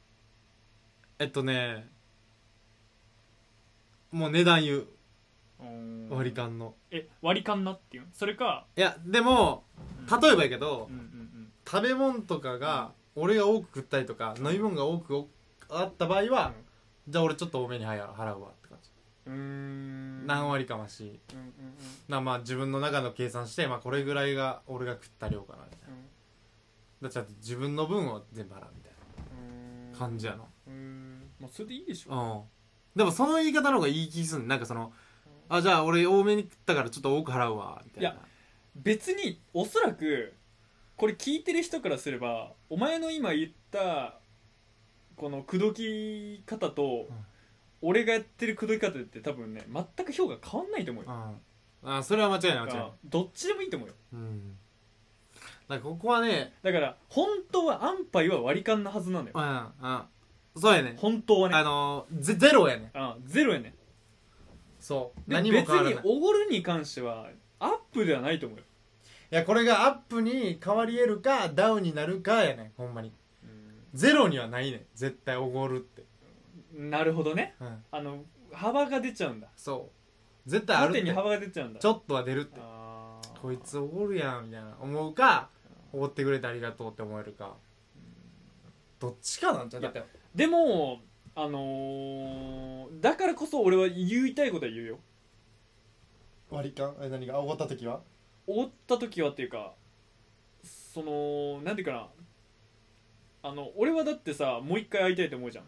もう値段言う。割り勘の割り勘なっていう？それかいやでも例えばやけど、食べ物とかが俺が多く食ったりとか、飲み物が多くあった場合は、じゃあ俺ちょっと多めに払うわって感じ。何割かまし、まあ自分の中の計算して、まあこれぐらいが俺が食った量かなみたいな、だって自分の分を全部払うみたいな感じやな。 まあそれでいいでしょ。 でもその言い方の方がいい気する。なんかそのじゃあ俺多めに食ったからちょっと多く払うわみたいな。 いや別におそらくこれ聞いてる人からすればお前の今言ったこの口説き方と、俺がやってる口説き方って多分ね全く評価変わんないと思うよ。 それは間違いないどっちでもいいと思うよ。 だからここはね、 だから本当は安牌は割り勘なはずなんだよ。 そうやね。 本当はねゼロやね。 ゼロやね。 そう何も変わらない。別におごるに関してはアップではないと思うよ。 いやこれがアップに変わり得るかダウンになるかやねほんまに。ゼロにはないね絶対おごるって。 なるほどね、幅が出ちゃうんだ。 そう絶対あるって。 縦に幅が出ちゃうんだ。 ちょっとは出るって。こいつおごるやんみたいな思うか、おごってくれてありがとうって思えるか、どっちかなんじゃない？ でもだからこそ俺は言いたいことは言うよ。 割り勘何がおごった時は？ おごった時はっていうかそのなんていうかな、俺はだってさもう一回会いたいと思うじゃん。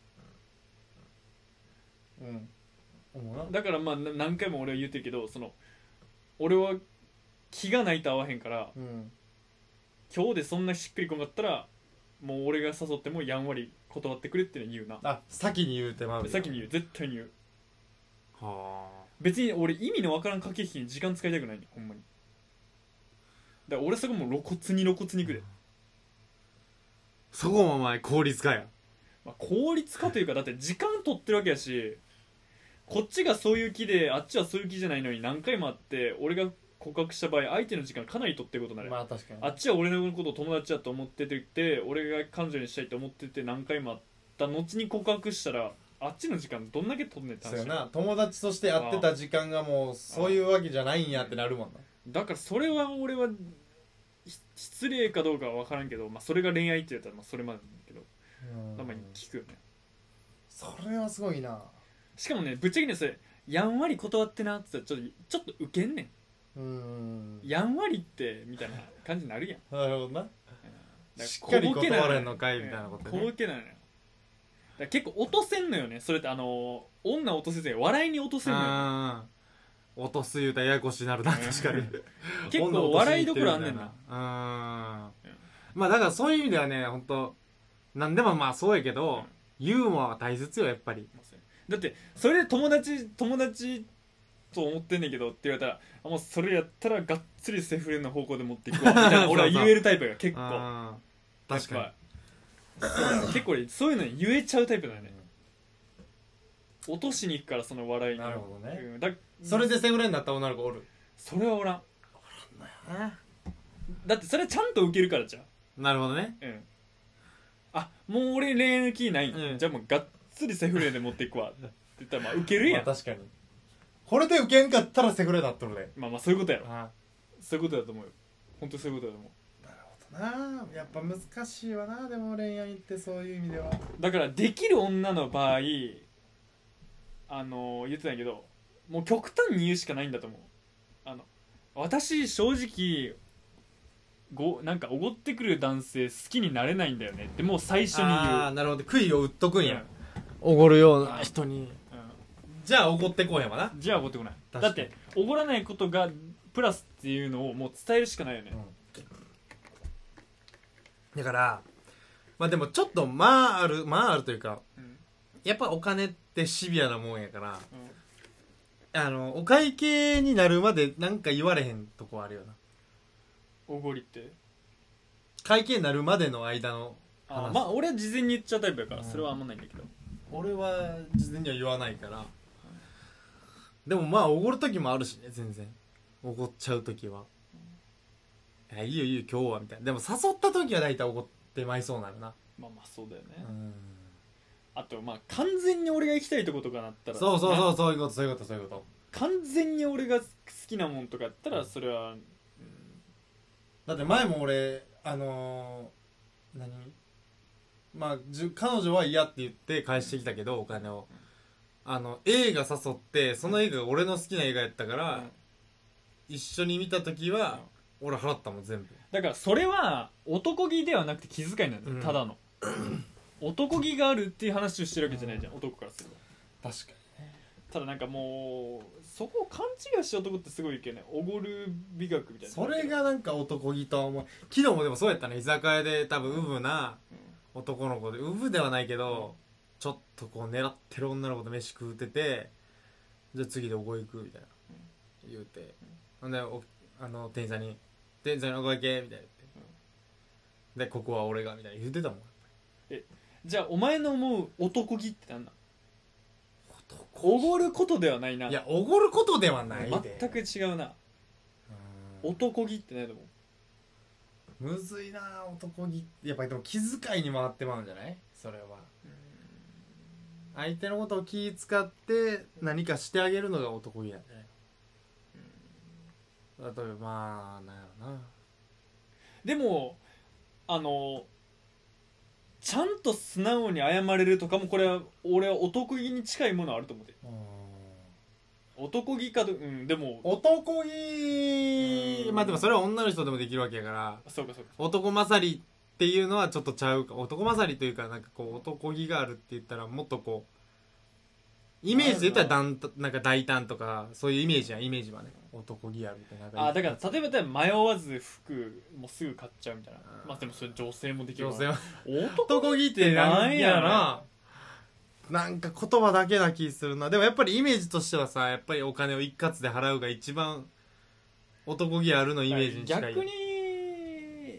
だからまあ何回も俺は言ってるけど、その俺は気がないと会わへんから、今日でそんなしっくりこんかったらもう俺が誘ってもやんわり断ってくれっての言うな。 先に言うてまう。 先に言う、絶対に言う。別に俺意味のわからん駆け引きに時間使いたくないねほんまに。だから俺そこも露骨にいくで。 そこもお前効率化や。 効率化というかだって時間取ってるわけやし、こっちがそういう気であっちはそういう気じゃないのに何回もあって俺が告白した場合相手の時間かなり取ってることになる、 まあ確かにあっちは俺のことを友達だと思ってて俺が彼女にしたいと思ってて何回もあった後に告白したらあっちの時間どんだけ取んねんって話。 そうやな、友達として会ってた時間がもうそういうわけじゃないんやってなるもんな。 だからそれは俺は失礼かどうかは分からんけど、まあ、それが恋愛って言ったらまあそれまでなんだけど、たまに聞くよね。 それはすごいな。 しかもねぶっちゃけねそれやんわり断ってなって言ったらちょっとウケんねん。やんわりってみたいな感じになるやん。 なるほどな。 しっかり断れんのかいみたいなことね。 小ボケなのよ。だ結構落とせんのよねそれって。女落とせずに笑いに落とせんのよ、ね、 落とす言うたらややこしになるな確かに結構笑いどころあんねんな。 まあだからそういう意味ではね本当なんでもまあそうやけど、ユーモアは大切よやっぱり。 だってそれで友達と思ってんねんけどって言われたらもうそれやったらがっつりセフレの方向で持っていくわみたいな俺は言えるタイプが結構確かに結構そういうの言えちゃうタイプだよね。落としに行くからその笑いに。 なるほどね、 それでセフレになった女の子おる。 それはおらんだってそれはちゃんと受けるからじゃん。 なるほどね。 あもう俺恋愛の気ない、じゃあもうがっつりセフレで持っていくわって言ったらまあ受けるやん、 まあ、確かにこれで受けんかったらセフレだっとるで。 まあそういうことやろ。そういうことだと思うよ。本当にそういうことだと思う。 なあやっぱ難しいわな。でも恋愛ってそういう意味ではだからできる女の場合言ってたんやけどもう極端に言うしかないんだと思う。私正直なんかおごってくる男性好きになれないんだよねってもう最初に言う。 ああなるほど杭を打っとくんや、おごるような人に、じゃあおごってこうへんわな。 じゃあおごってこない。だっておごらないことがプラスっていうのをもう伝えるしかないよね、 だからまあでもちょっとまああるというか、やっぱお金ってシビアなもんやから、お会計になるまでなんか言われへんとこあるよな。 おごりって会計になるまでの間の話。 まあ俺は事前に言っちゃうタイプやからそれはあんまないんだけど、 俺は事前には言わないから、でもまあおごる時もあるしね。全然おごっちゃう時は、いやいいよいいよ今日はみたいな。でも誘った時は大体おごってまいそうなるな。 まあそうだよね。あとまあ完全に俺が行きたいとことかなったらそういうこと完全に俺が好きなもんとかやったらそれは、 だって前も俺まあ彼女は嫌って言って返してきたけどお金を、映画誘ってその映画が俺の好きな映画やったから、一緒に見た時は、俺払ったもん全部。 だからそれは男気ではなくて気遣いなんだよ、ただの男気があるっていう話をしてるわけじゃないじゃん、男からすれば。 確かにね。 ただなんかもうそこを勘違いした男ってすごいけどね、おごる美学みたいな。 それがなんか男気と思う。昨日もでもそうやったね。居酒屋で多分ウブな男の子で、ウブではないけど、ちょっとこう狙ってる女の子と飯食うてて、じゃあ次でおご行くみたいな言うて、ほんで店員さんにお会計みたいな言って、でここは俺がみたいな言うてたもん。 じゃあお前の思う男気って何なん？おごることではないな。 いやおごることではないで。 全く違うな。男気って何だもん。 むずいな男気。やっぱりでも気遣いに回ってまうんじゃない？それは相手のことを気遣って何かしてあげるのが男気なんじゃない？例えばまあなんやろな。 でもちゃんと素直に謝れるとかもこれは俺は男気に近いものあると思うで。男気かでも男気まあでもそれは女の人でもできるわけやから。 そうか男勝りっていうのはちょっとちゃうか。男勝りというかなんかこう男気があるって言ったらもっとこうイメージで言ったらなんか大胆とかそういうイメージはね。男気あるみたいな。 だから例えば迷わず服もすぐ買っちゃうみたいな。まあでもそれ女性もできる。 女性は男気ってなんやな。 なんか言葉だけな気するな。でもやっぱりイメージとしてはさ、やっぱりお金を一括で払うが一番男気あるのイメージに近い。 逆に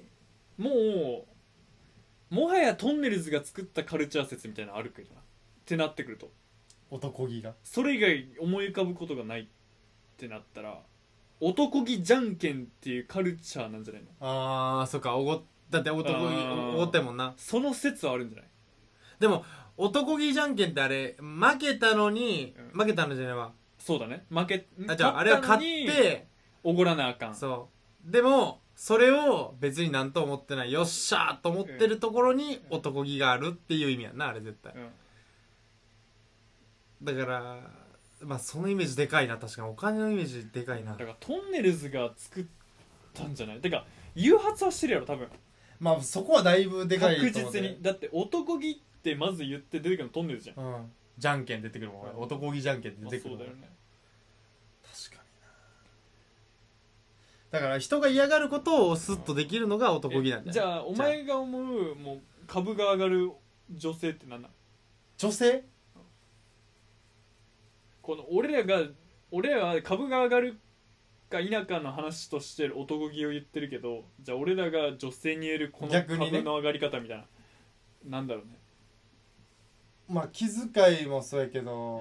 もはやトンネルズが作ったカルチャー説みたいなのあるけどなってなってくると、 男気がそれ以外思い浮かぶことがないってなったら男気じゃんけんっていうカルチャーなんじゃないの？ ああそっかだって男気おごってんもんな。 その説はあるんじゃない？ でも男気じゃんけんってあれ負けたのに、負けたのじゃないわ。 そうだね。 じゃああれは勝っておごらなあかん。 そうでもそれを別になんと思ってないよっしゃーと思ってるところに男気があるっていう意味やんなあれ絶対、だからまあそのイメージでかいな。確かにお金のイメージでかいな。 だからトンネルズが作ったんじゃない？てか誘発はしてるやろ多分。 まあそこはだいぶでかい確実に。だって男気ってまず言って出てくるのトンネルズじゃん、 じゃんけん出てくるもん、男気じゃんけんって出てくるもん、 そうだよね。 確かにな。だから人が嫌がることをスッとできるのが男気なんだよ。 じゃあお前が思うもう株が上がる女性って何なの？ 女性？ この俺らは株が上がるか否かの話としてる男気を言ってるけど、じゃあ俺らが女性に言えるこの株の上がり方みたいな、なんだろうね。 まあ気遣いもそうやけど、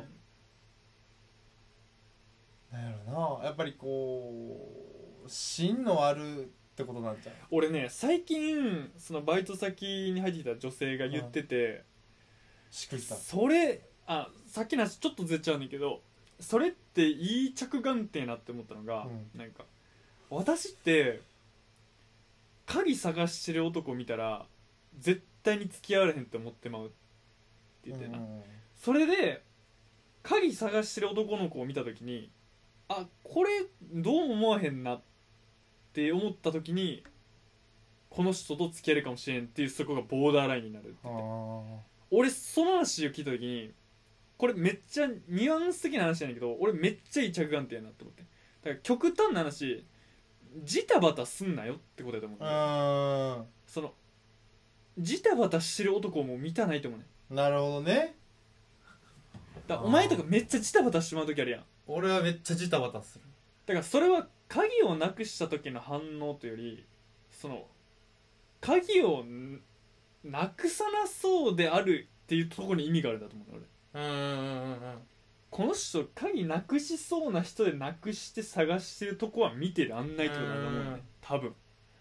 なんやろな、やっぱりこう芯のあるってことなんじゃん。 俺ね最近そのバイト先に入ってきた女性が言ってて、 しっくりした。 それさっきの話ちょっとずれちゃうんだけど、それっていい着眼点なって思ったのが、なんか私って鍵探してる男を見たら絶対に付き合われへんって思ってまうって言ってな、それで鍵探してる男の子を見た時にこれどうも思わへんなって思った時にこの人と付き合えるかもしれんっていう、そこがボーダーラインになるって言って、俺その話を聞いた時にこれめっちゃニュアンス的な話なんだけど、俺めっちゃいい着眼点やなって思って。だから極端な話ジタバタすんなよってことだと思う、ね、そのジタバタしてる男も見たないと思うね。 なるほどね。 だお前とかめっちゃジタバタしてまう時あるやん。 俺はめっちゃジタバタする。 だからそれは鍵をなくした時の反応というより、その鍵をなくさなそうであるっていうところに意味があるんだと思うね俺。この人鍵なくしそうな人でなくして探してるとこは見てらんないってことなんだと思うね多分。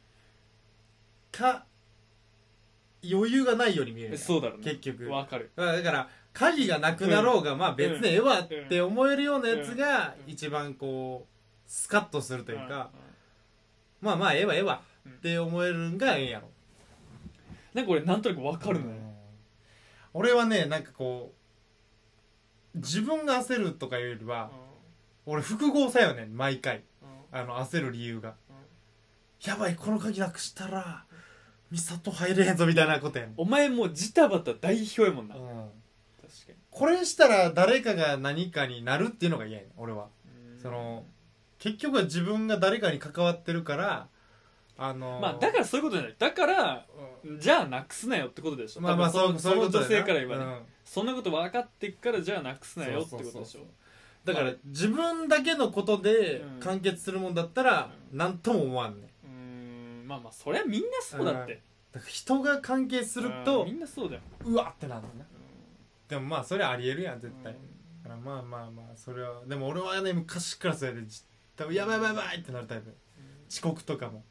余裕がないように見える。 そうだろうね。 結局わかる。 だから鍵がなくなろうが、まあ別にええわって思えるようなやつが一番こうスカッとするというか、まあええわって思えるんがええんやろ。 なんか俺なんとなくわかるのよ。 俺はねなんかこう自分が焦るとかいうよりは、俺複合さよね毎回、焦る理由が、やばいこの鍵なくしたら美里入れへんぞみたいなことやねん。 お前もうジタバタ代表やもんな、確かに。 これしたら誰かが何かになるっていうのが嫌やねん俺は。その結局は自分が誰かに関わってるからまあだからそういうことじゃない。だから、じゃあなくすなよってことでしょ。まあその女性から言えばね、そんなこと分かってっからじゃあなくすなよってことでしょ。 だから自分だけのことで完結するもんだったら何とも思わんね。 まあそれはみんなそうだって。 だから人が関係するとみんなそうだよ。 うわってなるんだな。でもまあそれはありえるやん絶対。だからまあそれはでも俺はね昔からそれで多分やばいってなるタイプ。遅刻とかも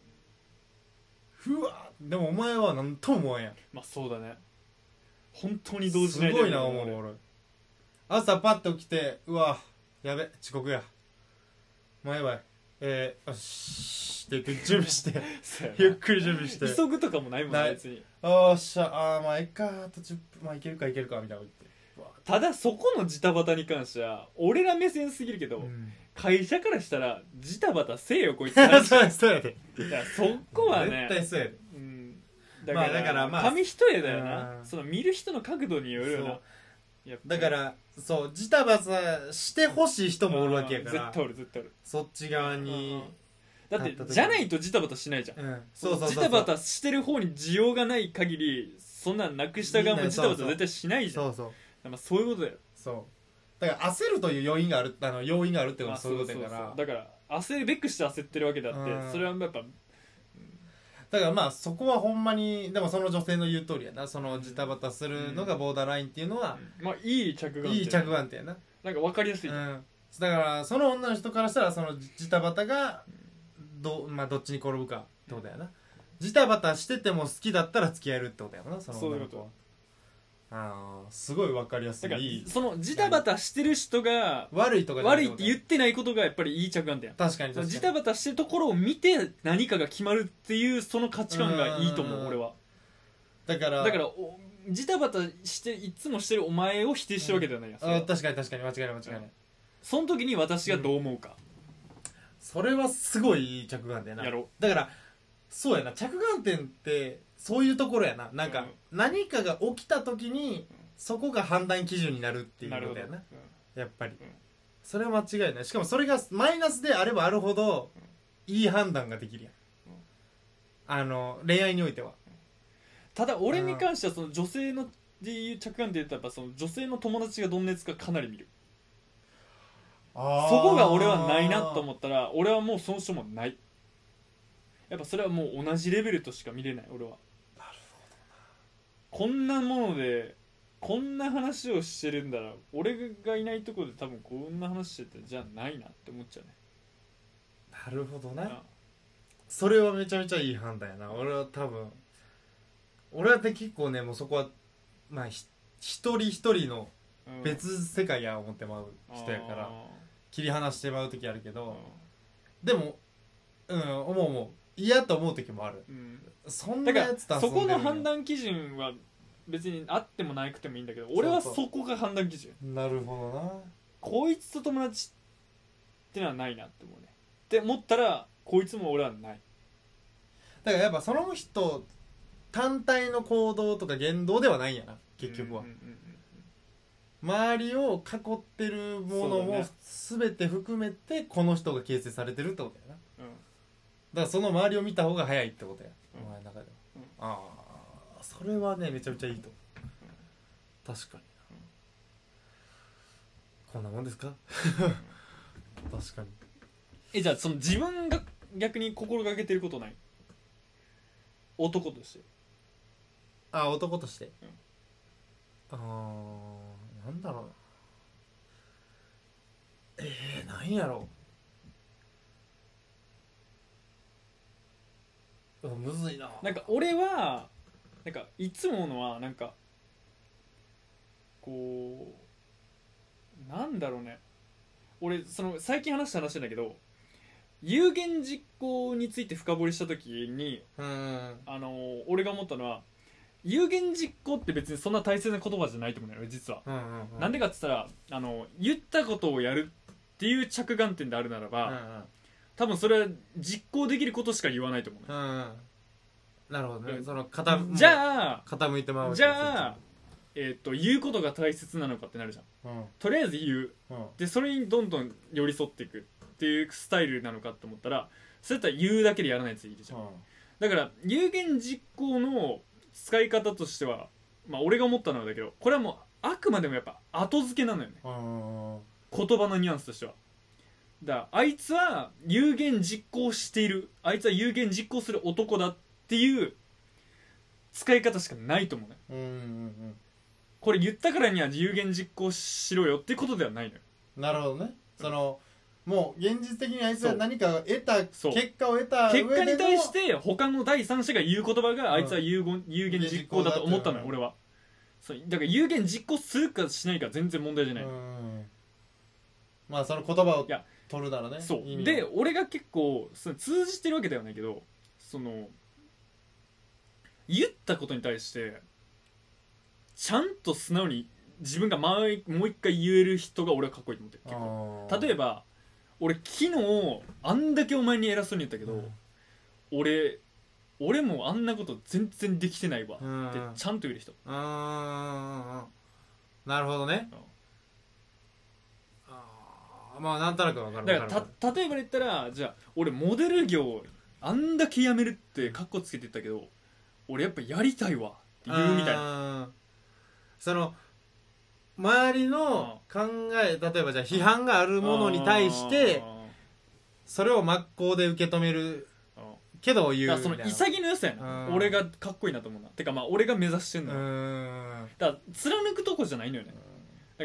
うわでもお前は何とも思わんやん。 まあそうだね。本当に動じない。 すごいな思う俺。朝パッと起きてうわやべ遅刻やもうやばいよしって言って準備してゆっくり準備して急ぐとかもないもんね別に。 よっしゃまあいっかあと10分まあいけるかみたいなこと言って。 ただそこのジタバタに関しては俺ら目線すぎるけど、会社からしたらジタバタせえよこいつそうやで。 そこはね絶対そうやで。 だから紙一重だよな。その見る人の角度によるよな。 だからそうジタバタしてほしい人もおるわけやから絶対おるそっち側にだってじゃないとジタバタしないじゃん、ジタバタしてる方に需要がない限りそんなんなくした側もジタバタ絶対しないじゃん。そういうことだよ。 そうだから焦るという要因があるってことはそういうことやから。 だから焦るべくして焦ってるわけだって、それはやっぱだからまあそこはほんまにでもその女性の言う通りやな。そのジタバタするのがボーダーラインっていうのは、 まあいい着眼点やな。 なんか分かりやすい、 だからその女の人からしたらそのジタバタがどっちに転ぶかってことやな。ジタバタしてても好きだったら付き合えるってことやな、その女の子は。ああ、すごい分かりやすい。 だからそのジタバタしてる人が悪いとか悪いって言ってないことがやっぱりいい着眼点や。 確かに確かに。 ジタバタしてるところを見て何かが決まるっていうその価値観がいいと思う俺は。 だからジタバタしていつもしてるお前を否定してるわけではないや、 あ、確かに確かに、間違いない間違いない、 その時に私がどう思うか、 それはすごいいい着眼点やな。 やろ。 だからそうやな、着眼点ってそういうところやな。なんか、何かが起きた時にそこが判断基準になるっていうことやな、やっぱり、それは間違いない。しかもそれがマイナスであればあるほどいい判断ができるやん、恋愛においては。 ただ俺に関してはその女性のっていう着眼点で言ったらやっぱその女性の友達がどんなやつかかなり見る。そこが俺はないなと思ったら俺はもうその人もない。やっぱそれはもう同じレベルとしか見れない俺は。 なるほどな。こんなものでこんな話をしてるんだら俺がいないところで多分こんな話しててじゃないなって思っちゃうね。 なるほどね。それはめちゃめちゃいい判断やな。俺は結構ね、もうそこはまあ一人一人の別世界や思ってまう人やから、切り離してまう時あるけど、でも思う嫌と思う時もある、そんなやつと遊んでる。 そこの判断基準は別にあってもなくてもいいんだけど、俺はそこが判断基準。 なるほどな。 こいつと友達ってのはないなって思うね。って思ったらこいつも俺はない。 だからやっぱその人単体の行動とか言動ではないんやな結局は、周りを囲ってるものも全て含めてこの人が形成されてるってことやな、だからその周りを見た方が早いってことや、お前の中では、ああそれはねめちゃめちゃいいと、確かにな、こんなもんですか確かに。 じゃあその自分が逆に心がけてることない？男として。 あ、男として、なんだろう、なんやろう、むずいな。 なんか俺はなんかいつものはなんかこうなんだろうね、俺その最近話した話なんだけど、有言実行について深掘りした時に俺が思ったのは、有言実行って別にそんな大切な言葉じゃないと思うのよ実は、なんでかって言ったら言ったことをやるっていう着眼点であるならば、多分それは実行できることしか言わないと思う、 なるほどね、そのじゃあ傾いてまう、 じゃあ言うことが大切なのかってなるじゃん、とりあえず言う、でそれにどんどん寄り添っていくっていうスタイルなのかと思ったら、そうやったら言うだけでやらないやついるじゃん、だから有言実行の使い方としては、まあ俺が思ったのだけど、これはもうあくまでもやっぱ後付けなのよね、言葉のニュアンスとしては。だからあいつは有言実行している、あいつは有言実行する男だっていう使い方しかないと思うね、これ言ったからには有言実行しろよっていうことではないのよ。 なるほどね、そのもう現実的にあいつは何かを得た結果を得た上での結果に対して他の第三者が言う言葉があいつは有言実行だと思ったのよ、俺は。そうだから有言実行するかしないか全然問題じゃない、 まあその言葉を取るならね。 そうで俺が結構その通じてるわけではないけど、その言ったことに対してちゃんと素直に自分がもう一回言える人が俺はかっこいいと思ってる結構。例えば俺昨日あんだけお前に偉そうに言ったけど、俺もあんなこと全然できてないわってちゃんと言える人。 なるほどね、まあなんとなく分かる。 だから例えば言ったら、じゃあ俺モデル業あんだけ辞めるってカッコつけてたけど、俺やっぱやりたいわって言うみたいな。 その周りの考え、例えばじゃあ批判があるものに対してそれを真っ向で受け止めるけど言うみたいな。 その潔の良さやな、俺がかっこいいなと思うな。てかまあ俺が目指してんのだから貫くとこじゃないのよね。だから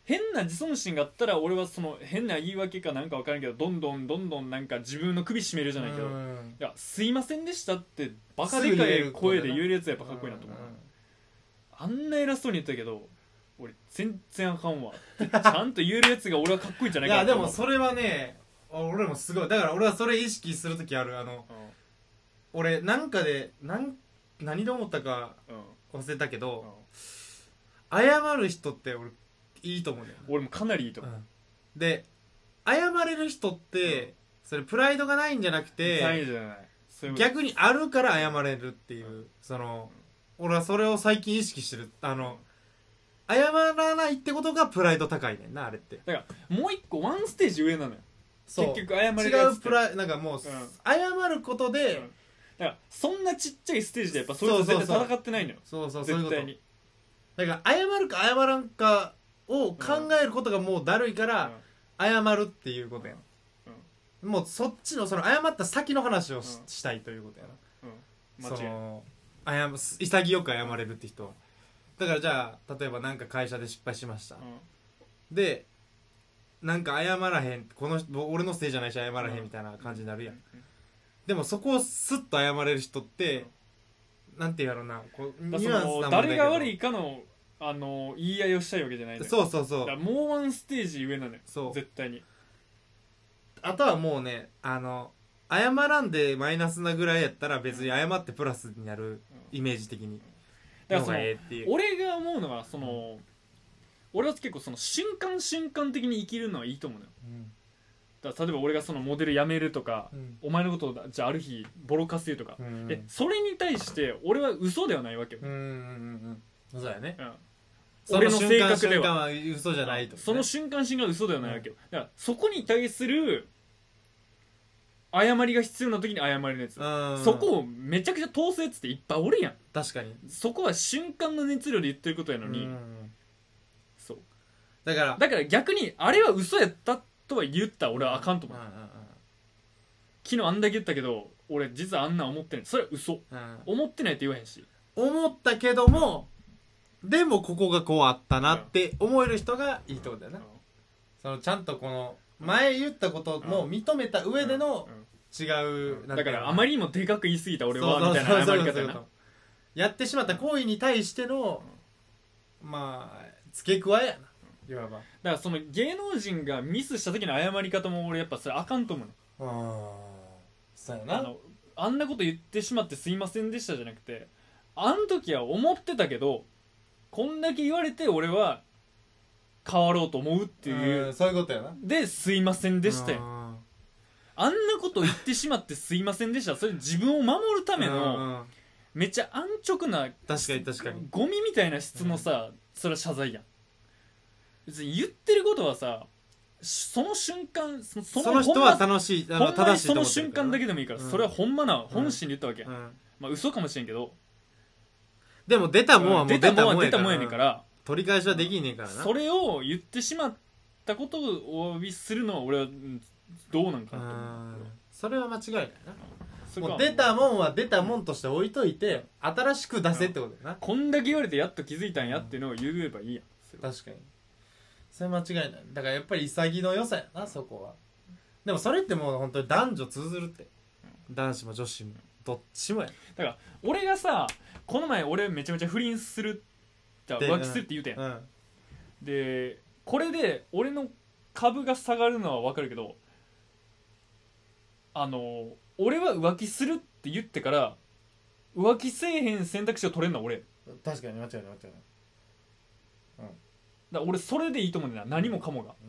変な自尊心があったら俺はその変な言い訳かなんか分からんけどどんどんなんか自分の首絞めるじゃないけど、いやすいませんでしたってバカでかい声で言えるやつはやっぱかっこいいなと思う。あんな偉そうに言ったけど俺全然あかんわってちゃんと言えるやつが俺はかっこいいんじゃないかなと思う。 いやでもそれはね俺もすごいだから俺はそれ意識するときある。俺なんかで何で思ったか忘れたけど、謝る人って俺いいと思うんだよ、ね、 俺もかなりいいと思う、 で謝れる人って、それプライドがないんじゃなくて逆にあるから謝れるっていう、その俺はそれを最近意識してる。謝らないってことがプライド高いねんなあれって。 だからもう一個ワンステージ上なのよ。結局謝れる違うプライなんかもう、謝ることで、 だからそんなちっちゃいステージでやっぱそいつ絶対戦ってないのよ。 そう絶対に。 だから謝るか謝らんかを考えることがもうだるいから謝るっていうことやん、もうそっちのその謝った先の話をしたいということやな、その潔く謝れるって人は。だからじゃあ例えばなんか会社で失敗しました、でなんか謝らへんこの俺のせいじゃないし謝らへんみたいな感じになるやん、でもそこをスッと謝れる人ってなんていうやろうな、こうニュアンスなもんだけど誰が悪いかの言い合いをしたいわけじゃないのよ。 そうだからもうワンステージ上なのよ。 そう絶対に。 あとはもうね謝らんでマイナスなぐらいやったら別に謝ってプラスになる、イメージ的に。 だから俺が思うのは俺は結構その瞬間的に生きるのはいいと思うのよ、だから例えば俺がそのモデル辞めるとか、お前のことをじゃあある日ボロカス言うとか、それに対して俺は嘘ではないわけよ。 そうだよね、 俺の性格では嘘じゃないと、 その瞬間が嘘ではないわけよ、だからそこに対する謝りが必要な時に謝れるやつ、そこをめちゃくちゃ通すやつっていっぱいおるやん。 確かにそこは瞬間の熱量で言ってることやのに、そうだから逆にあれは嘘やったとは言ったら俺はあかんと思う、昨日あんだけ言ったけど俺実はあんな思ってない、それは嘘、思ってないって言わへんし、 思ったけどもでもここがこうあったなって思える人がいいってことだよな、そのちゃんとこの前言ったことも認めた上での違う、 だからあまりにもでかく言い過ぎた俺はみたいな謝り方やな。 やってしまった行為に対してのまあ付け加えやな、いわば。だからその芸能人がミスした時の謝り方も俺やっぱそれあかんと思うの。 そうやな。 あんなこと言ってしまってすいませんでしたじゃなくて、あの時は思ってたけどこんだけ言われて俺は変わろうと思うっていう、 そういうことやな。 ですいませんでしたよ。あんなこと言ってしまってすいませんでした、それ自分を守るためのめっちゃ安直な、 確かにゴミみたいな質のさ、それは謝罪やん。別に言ってることはさ、その瞬間その人は楽しい正しいと思ってるから、その瞬間だけでもいいから、それはほんまな本心で言ったわけや、まあ嘘かもしれんけど、 でも出たもんはもう出たもんやねんから、 取り返しはできねえからな。 それを言ってしまったことをお詫びするのは俺はどうなんかなと思う。 それは間違いないな。もう出たもんは出たもんとして置いといて新しく出せってことだな。 こんだけ言われてやっと気づいたんやっていうのを言えばいいやん。 確かにそれ間違いない。だからやっぱり潔の良さやな、そこは。でもそれってもう本当に男女通ずるって、男子も女子もどっちもや。 だから俺がさ、この前俺めちゃめちゃ不倫する浮気するって言うてん、でこれで俺の株が下がるのは分かるけど、俺は浮気するって言ってから浮気せえへん選択肢を取れんのは俺。 確かに間違いない。 だから俺それでいいと思うんだよな、何もかもが、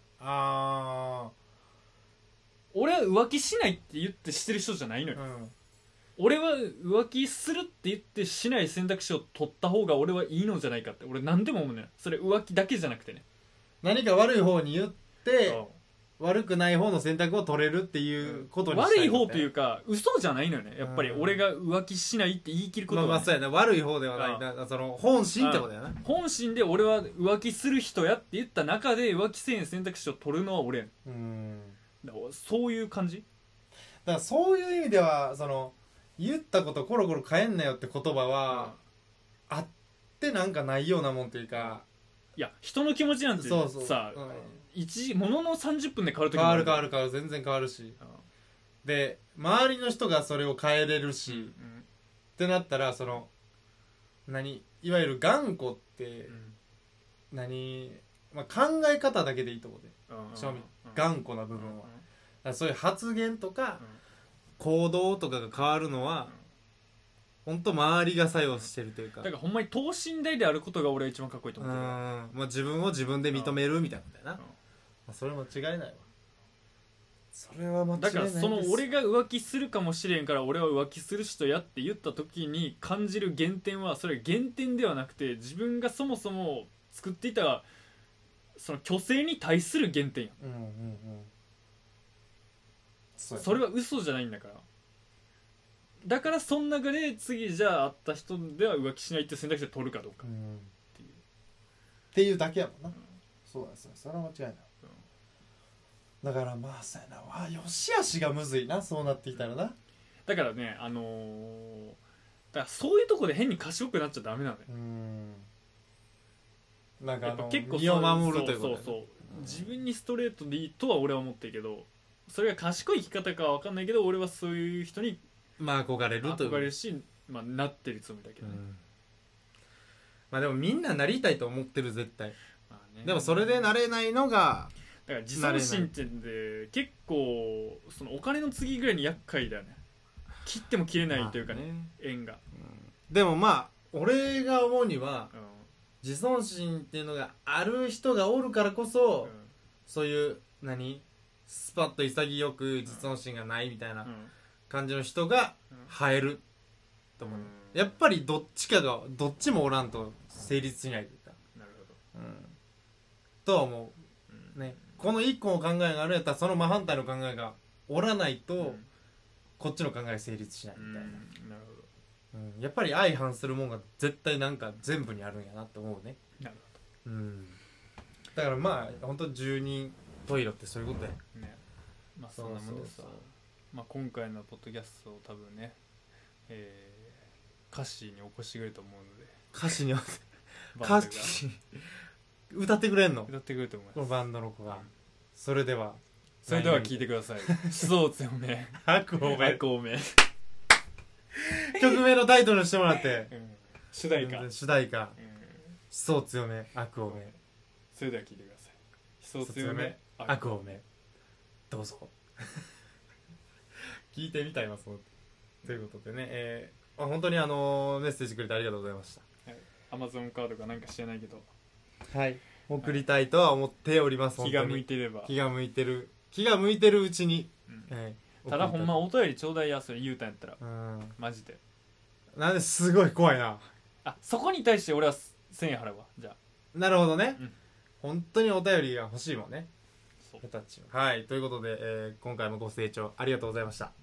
俺は浮気しないって言ってしてる人じゃないのよ、俺は浮気するって言ってしない選択肢を取った方が俺はいいのじゃないかって俺何でも思うのよ。それ浮気だけじゃなくてね、 何か悪い方に言って悪くない方の選択を取れるっていうことにしたい、 悪い方というか嘘じゃないのよね、やっぱり俺が浮気しないって言い切ることは、ね、 まあそうやな、悪い方ではないな、その本心ってことやな。 本心で俺は浮気する人やって言った中で浮気せえへん選択肢を取るのは俺やん。だからそういう感じだからそういう意味ではその言ったことコロコロ変えんなよって言葉は、あってなんかないようなもんというか、 いや人の気持ちなんてそうそうさ、ものの30分で変わる時変わもあるる全然変わるし、で周りの人がそれを変えれるし、ってなったらそのいわゆる頑固って、まあ、考え方だけでいいと思うで、正味頑固な部分は、そういう発言とか、行動とかが変わるのは、本当周りが作用してるというか、 だからほんまに等身大であることが俺は一番かっこいいと思ってる。 まあ、自分を自分で認めるみたいなことやな、 それ間違いないわ。それは間違いないです。 だからその俺が浮気するかもしれんから俺は浮気する人やって言った時に感じる減点はそれ減点ではなくて自分がそもそも作っていたその虚勢に対する減点や、それは嘘じゃないんだから。だからその中で次じゃあ会った人では浮気しないって選択肢を取るかどうかっていうだけやもんな、そうですね、それは間違いない、だからまあそうやな、よしあしがむずいな、そうなってきたらな。 だからねだからそういうとこで変に賢くなっちゃダメなのよ。 なんか結構身を守るということ、 そう自分にストレートでいいとは俺は思ってるけど、それが賢い生き方かは分かんないけど俺はそういう人にまあ憧れるという、 憧れるし、まあ、なってるつもりだけどね、 まあでもみんななりたいと思ってる絶対、 まあね、 でもそれでなれないのがだから自尊心ってんで結構そのお金の次ぐらいに厄介だよね。切っても切れないというかね、縁が、 でもまあ俺が思うには、自尊心っていうのがある人がおるからこそ、そういうスパッと潔く自尊心がないみたいな感じの人が生えると思う、やっぱりどっちもおらんと成立しないというか、 なるほど、 とは思う、ね、この一個の考えがあるやったらその真反対の考えがおらないと、こっちの考え成立しないみたいな、 なるほど、 やっぱり相反するもんが絶対なんか全部にあるんやなって思うね。 なるほど、 だからまあ本当十人十色ってそういうことだよね。まあそんなもんでさ、まあ、今回のポッドキャストを多分ね、歌詞に起こしてくれると思うので、 歌詞に歌ってくれんの？ 歌ってくれると思います、 このバンドの子が。それでは聞いてください。思想強め悪多め悪多め曲名のタイトルにしてもらって、 主題歌、 思想強め悪多め。 それでは聞いてください。思想強め悪多め、どうぞ聞いてみたいますということでね、本当にメッセージくれてありがとうございました。 Amazon カードかなんか知らないけど、 はい送りたいとは思っております。 気が向いてれば、 気が向いてるうちに、 ただほんまお便りちょうだいや、それ言うたんやったら、マジで。 なんですごい怖いな。 そこに対して俺は1000円払うわ。じゃあなるほどね、本当にお便りが欲しいもんね。 そうはい、ということで、今回もご清聴ありがとうございました。